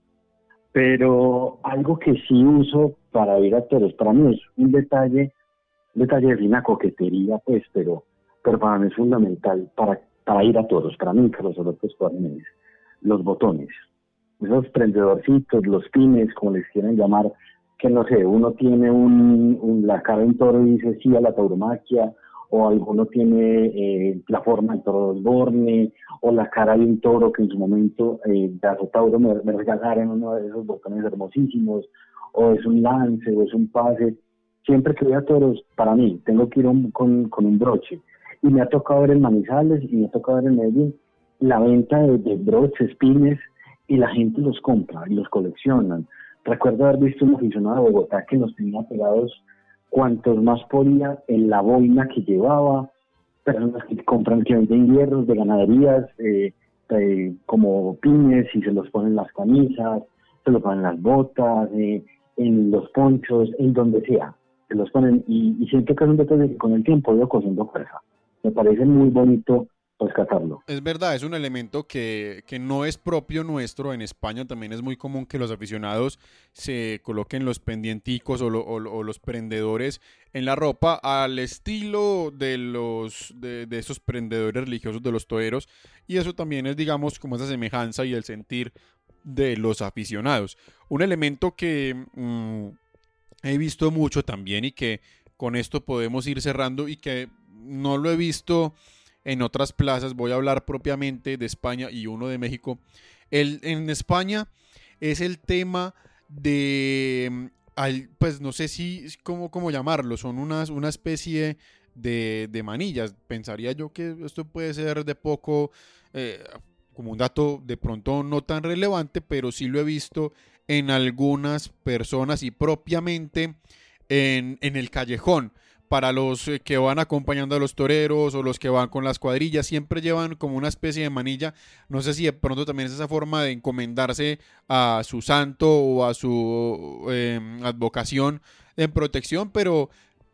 Pero algo que sí uso para ir a toros, para mí es un detalle, un detalle de fina coquetería, pues, pero, pero para mí es fundamental para, para ir a toros, para mí, Carlos Alberto Escobar Méndez, los botones, esos prendedorcitos, los pines, como les quieran llamar, que no sé, uno tiene un, un, la cara de un toro y dice sí a la tauromaquia, o alguno tiene eh, la forma del toro de Osborne, o la cara de un toro que en su momento eh, de Azotauro me, me regalaron uno de esos botones hermosísimos, o es un lance, o es un pase. Siempre que voy a toros, para mí, tengo que ir un, con, con un broche. Y me ha tocado ver en Manizales, y me ha tocado ver en Medellín, la venta de, de broches, pines, y la gente los compra y los coleccionan. Recuerdo haber visto un aficionado de Bogotá que los tenía pegados cuantos más podía en la boina que llevaba, personas que compran, que venden hierros de ganaderías, eh, eh, como pines, y se los ponen en las camisas, se los ponen en las botas, eh, en los ponchos, en donde sea, se los ponen, y, y siento que es un detalle que con el tiempo he ido cogiendo fuerza. Me parece muy bonito rescatarlo. Es verdad, es un elemento que, que no es propio nuestro. En España también es muy común que los aficionados se coloquen los pendienticos o, lo, o, o los prendedores en la ropa al estilo de los de, de esos prendedores religiosos de los toreros, y eso también es, digamos, como esa semejanza y el sentir de los aficionados. Un elemento que mmm, he visto mucho también, y que con esto podemos ir cerrando, y que no lo he visto en otras plazas, voy a hablar propiamente de España y uno de México. El, en España es el tema de, pues no sé si, cómo, cómo llamarlo, son unas, una especie de, de manillas. Pensaría yo que esto puede ser de poco, eh, como un dato de pronto no tan relevante, pero sí lo he visto en algunas personas y propiamente en, en el callejón. Para los que van acompañando a los toreros o los que van con las cuadrillas, siempre llevan como una especie de manilla. No sé si de pronto también es esa forma de encomendarse a su santo o a su eh, advocación en protección, pero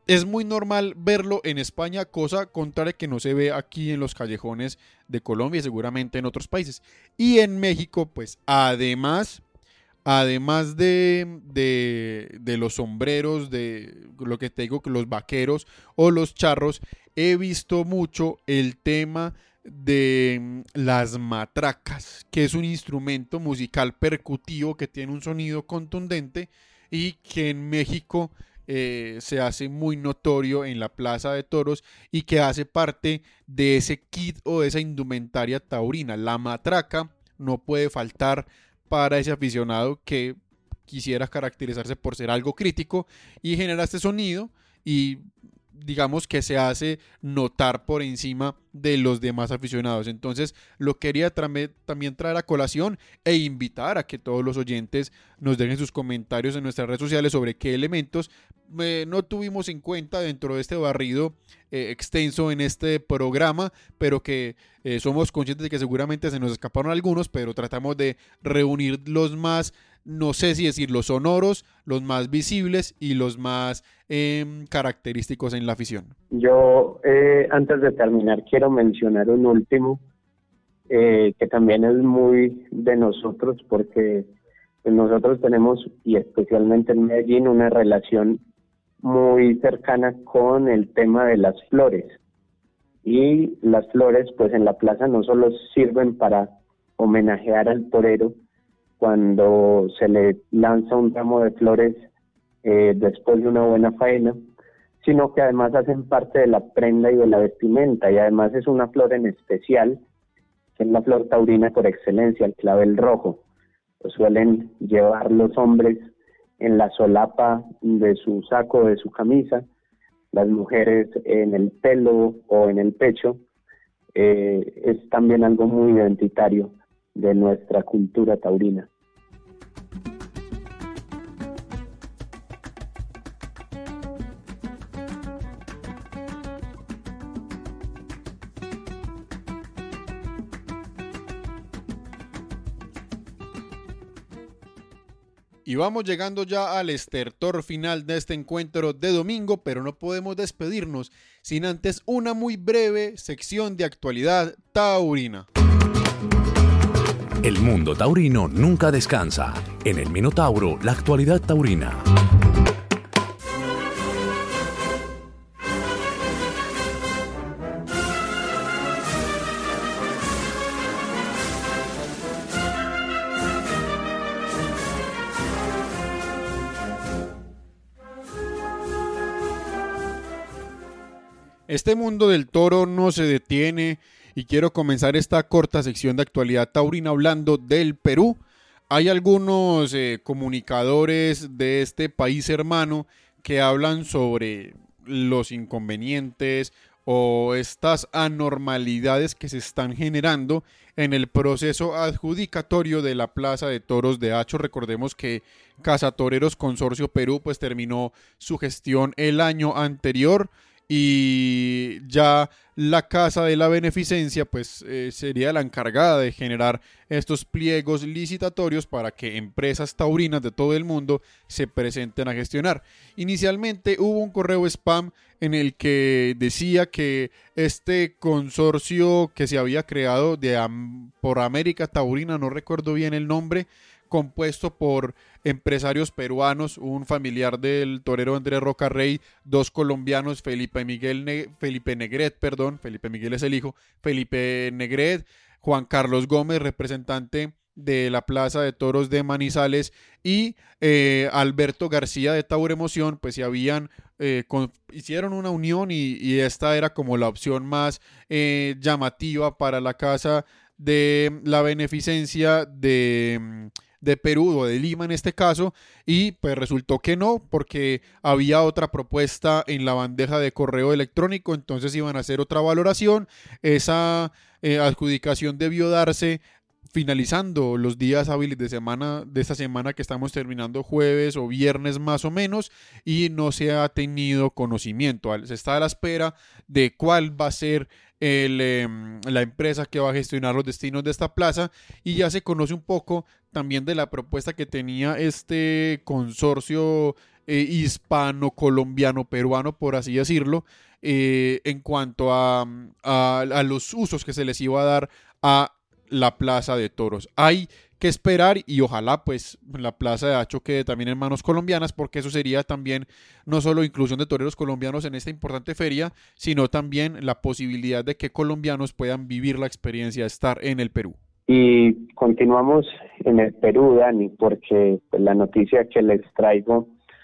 es muy normal verlo en España, cosa contraria que no se ve aquí en los callejones de Colombia y seguramente en otros países. Y en México, pues además, además de, de, de los sombreros, de lo que te digo, los vaqueros o los charros, he visto mucho el tema de las matracas, que es un instrumento musical percutivo que tiene un sonido contundente y que en México eh, se hace muy notorio en la Plaza de Toros y que hace parte de ese kit o de esa indumentaria taurina. La matraca no puede faltar para ese aficionado que quisiera caracterizarse por ser algo crítico y genera este sonido y digamos que se hace notar por encima de los demás aficionados. Entonces lo quería tra- también traer a colación e invitar a que todos los oyentes nos dejen sus comentarios en nuestras redes sociales sobre qué elementos eh, no tuvimos en cuenta dentro de este barrido eh, extenso en este programa, pero que eh, somos conscientes de que seguramente se nos escaparon algunos, pero tratamos de reunir los más, no sé si decir los sonoros, los más visibles y los más eh, característicos en la afición. Yo, eh, antes de terminar, quiero mencionar un último eh, que también es muy de nosotros, porque nosotros tenemos, y especialmente en Medellín, una relación muy cercana con el tema de las flores. Y las flores, pues en la plaza no solo sirven para homenajear al torero cuando se le lanza un ramo de flores eh, después de una buena faena, sino que además hacen parte de la prenda y de la vestimenta, y además es una flor en especial, que es la flor taurina por excelencia, el clavel rojo. Lo suelen llevar los hombres en la solapa de su saco, de su camisa, las mujeres en el pelo o en el pecho. Eh, es también algo muy identitario de nuestra cultura taurina. Y vamos llegando ya al estertor final de este encuentro de domingo, pero no podemos despedirnos sin antes una muy breve sección de actualidad taurina. El mundo taurino nunca descansa. En el Minotauro, la actualidad taurina. Este mundo del toro no se detiene y quiero comenzar esta corta sección de actualidad taurina hablando del Perú. Hay algunos eh, comunicadores de este país hermano que hablan sobre los inconvenientes o estas anormalidades que se están generando en el proceso adjudicatorio de la Plaza de Toros de Hacho. Recordemos que Casa Toreros Consorcio Perú pues terminó su gestión el año anterior y ya la Casa de la Beneficencia pues eh, sería la encargada de generar estos pliegos licitatorios para que empresas taurinas de todo el mundo se presenten a gestionar. Inicialmente hubo un correo spam en el que decía que este consorcio que se había creado de, por América Taurina, no recuerdo bien el nombre, compuesto por empresarios peruanos, un familiar del torero Andrés Rocarrey, dos colombianos, Felipe Miguel ne- Felipe Negret, perdón, Felipe Miguel es el hijo, Felipe Negret, Juan Carlos Gómez, representante de la Plaza de Toros de Manizales, y eh, Alberto García de Tauremoción, pues se habían eh, con, hicieron una unión y, y esta era como la opción más eh, llamativa para la Casa de la Beneficencia de de Perú o de Lima en este caso, y pues resultó que no, porque había otra propuesta en la bandeja de correo electrónico, entonces iban a hacer otra valoración. Esa eh, adjudicación debió darse finalizando los días hábiles de semana de esta semana que estamos terminando, jueves o viernes más o menos, y no se ha tenido conocimiento. Se está a la espera de cuál va a ser el, eh, la empresa que va a gestionar los destinos de esta plaza, y ya se conoce un poco también de la propuesta que tenía este consorcio eh, hispano-colombiano-peruano, por así decirlo, eh, en cuanto a, a, a los usos que se les iba a dar a la Plaza de Toros. Hay que esperar y ojalá pues la Plaza de Hacho quede también en manos colombianas, porque eso sería también no solo inclusión de toreros colombianos en esta importante feria, sino también la posibilidad de que colombianos puedan vivir la experiencia de estar en el Perú. Y continuamos en el Perú, Dani, porque pues, la noticia que les traigo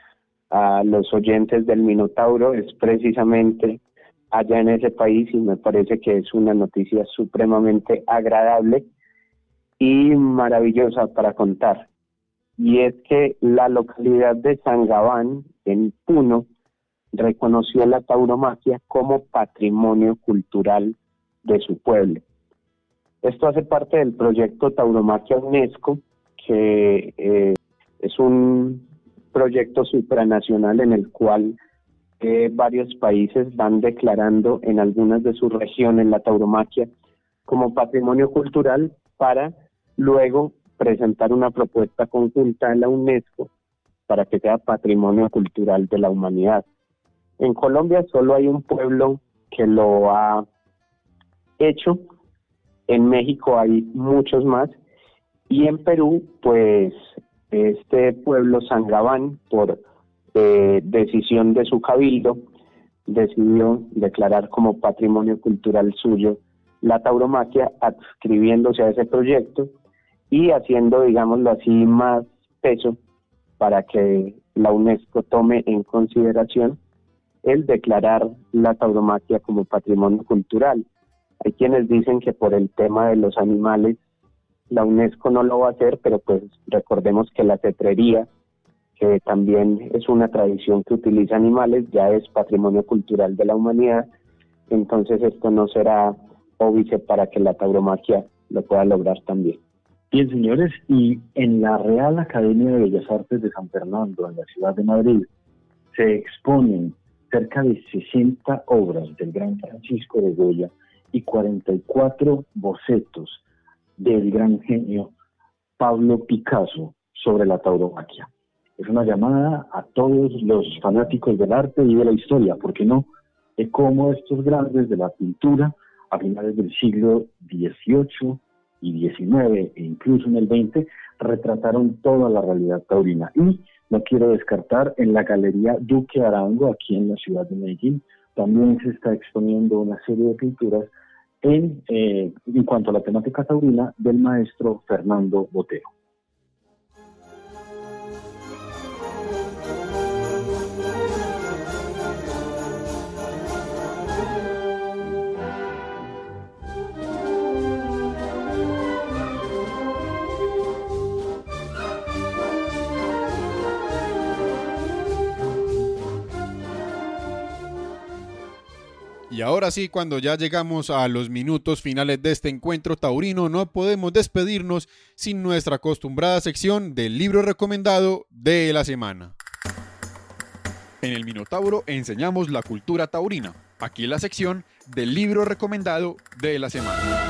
a los oyentes del Minotauro es precisamente allá en ese país, y me parece que es una noticia supremamente agradable y maravillosa para contar. Y es que la localidad de Sangabán, en Puno, reconoció la tauromaquia como patrimonio cultural de su pueblo. Esto hace parte del proyecto Tauromaquia UNESCO, que eh, es un proyecto supranacional en el cual eh, varios países van declarando en algunas de sus regiones la tauromaquia como patrimonio cultural, para luego presentar una propuesta conjunta en la UNESCO para que sea patrimonio cultural de la humanidad. En Colombia solo hay un pueblo que lo ha hecho, en México hay muchos más, y en Perú, pues, este pueblo Sangabán, por eh, decisión de su cabildo, decidió declarar como patrimonio cultural suyo la tauromaquia, adscribiéndose a ese proyecto y haciendo, digámoslo así, más peso para que la UNESCO tome en consideración el declarar la tauromaquia como patrimonio cultural. Hay quienes dicen que por el tema de los animales la UNESCO no lo va a hacer, pero pues recordemos que la cetrería, que también es una tradición que utiliza animales, ya es patrimonio cultural de la humanidad. Entonces esto no será óbice para que la tauromaquia lo pueda lograr también. Bien, señores, y en la Real Academia de Bellas Artes de San Fernando, en la ciudad de Madrid, se exponen cerca de sesenta obras del gran Francisco de Goya y cuarenta y cuatro bocetos del gran genio Pablo Picasso sobre la tauromaquia. Es una llamada a todos los fanáticos del arte y de la historia, ¿por qué no?, de cómo estos grandes de la pintura a finales del siglo dieciocho y diecinueve e incluso en el veinte retrataron toda la realidad taurina. Y no quiero descartar, en la Galería Duque Arango, aquí en la ciudad de Medellín, también se está exponiendo una serie de pinturas en, eh, en cuanto a la temática taurina del maestro Fernando Botero. Y ahora sí, cuando ya llegamos a los minutos finales de este encuentro taurino, no podemos despedirnos sin nuestra acostumbrada sección del libro recomendado de la semana. En el Minotauro enseñamos la cultura taurina. Aquí la sección del libro recomendado de la semana.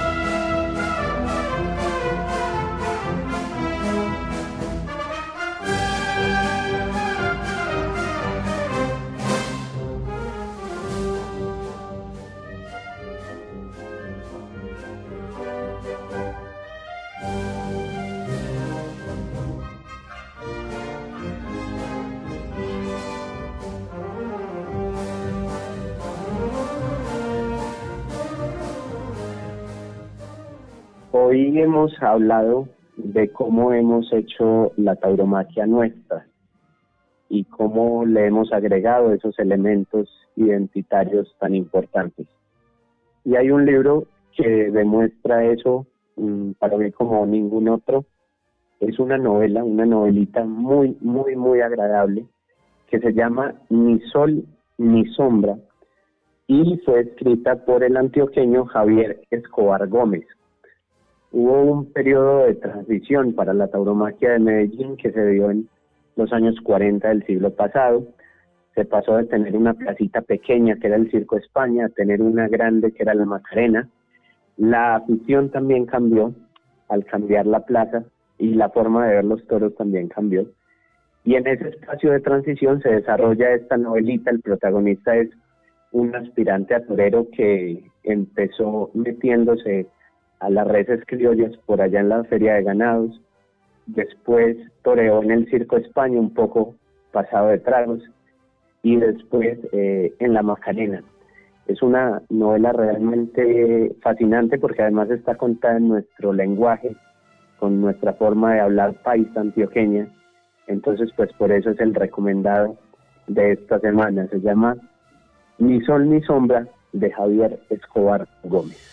Hoy hemos hablado de cómo hemos hecho la tauromaquia nuestra y cómo le hemos agregado esos elementos identitarios tan importantes. Y hay un libro que demuestra eso mmm, para mí como ningún otro. Es una novela, una novelita muy, muy, muy agradable que se llama Ni Sol ni Sombra y fue escrita por el antioqueño Javier Escobar Gómez. Hubo un periodo de transición para la tauromaquia de Medellín que se dio en los años cuarenta del siglo pasado. Se pasó de tener una placita pequeña, que era el Circo España, a tener una grande, que era la Macarena. La afición también cambió al cambiar la plaza y la forma de ver los toros también cambió. Y en ese espacio de transición se desarrolla esta novelita. El protagonista es un aspirante a torero que empezó metiéndose a las reses criollas por allá en la feria de ganados. Después toreó en el Circo España, un poco pasado de tragos, y después eh, en la Macarena. Es una novela realmente fascinante porque además está contada en nuestro lenguaje, con nuestra forma de hablar paisa antioqueña. Entonces, pues por eso es el recomendado de esta semana. Se llama Ni Sol ni Sombra, de Javier Escobar Gómez.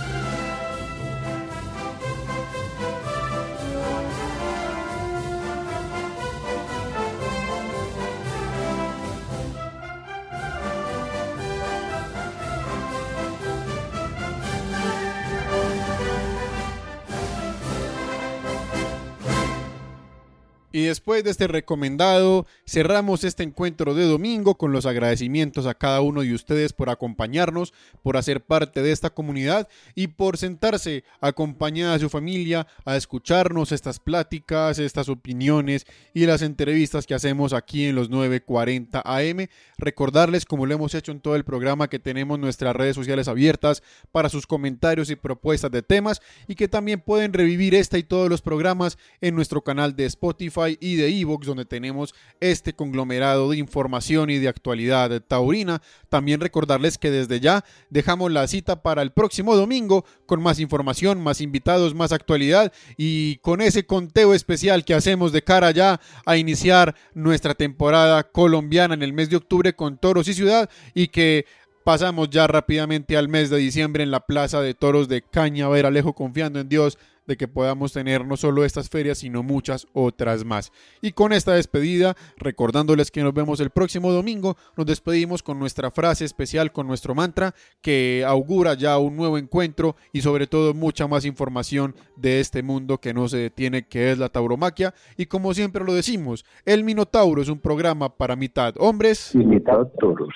Y después de este recomendado, cerramos este encuentro de domingo con los agradecimientos a cada uno de ustedes por acompañarnos, por hacer parte de esta comunidad y por sentarse acompañada de su familia a escucharnos estas pláticas, estas opiniones y las entrevistas que hacemos aquí en los nueve cuarenta A M. Recordarles, como lo hemos hecho en todo el programa, que tenemos nuestras redes sociales abiertas para sus comentarios y propuestas de temas, y que también pueden revivir esta y todos los programas en nuestro canal de Spotify y de iVoox, donde tenemos este conglomerado de información y de actualidad taurina. También recordarles que desde ya dejamos la cita para el próximo domingo con más información, más invitados, más actualidad y con ese conteo especial que hacemos de cara ya a iniciar nuestra temporada colombiana en el mes de octubre con toros y ciudad, y que pasamos ya rápidamente al mes de diciembre en la Plaza de Toros de Cañaveralejo, confiando en Dios de que podamos tener no solo estas ferias, sino muchas otras más. Y con esta despedida, recordándoles que nos vemos el próximo domingo, nos despedimos con nuestra frase especial, con nuestro mantra, que augura ya un nuevo encuentro y sobre todo mucha más información de este mundo que no se detiene, que es la tauromaquia. Y como siempre lo decimos, El Minotauro es un programa para mitad hombres y mitad toros.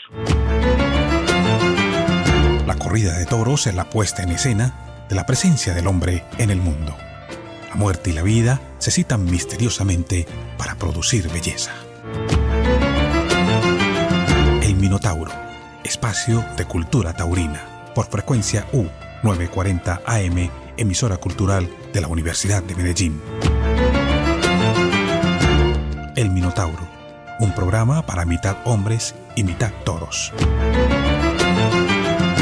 La corrida de toros es la puesta en escena de la presencia del hombre en el mundo. La muerte y la vida se citan misteriosamente para producir belleza. El Minotauro, espacio de cultura taurina, por frecuencia U novecientos cuarenta A M, emisora cultural de la Universidad de Medellín. El Minotauro, un programa para mitad hombres y mitad toros.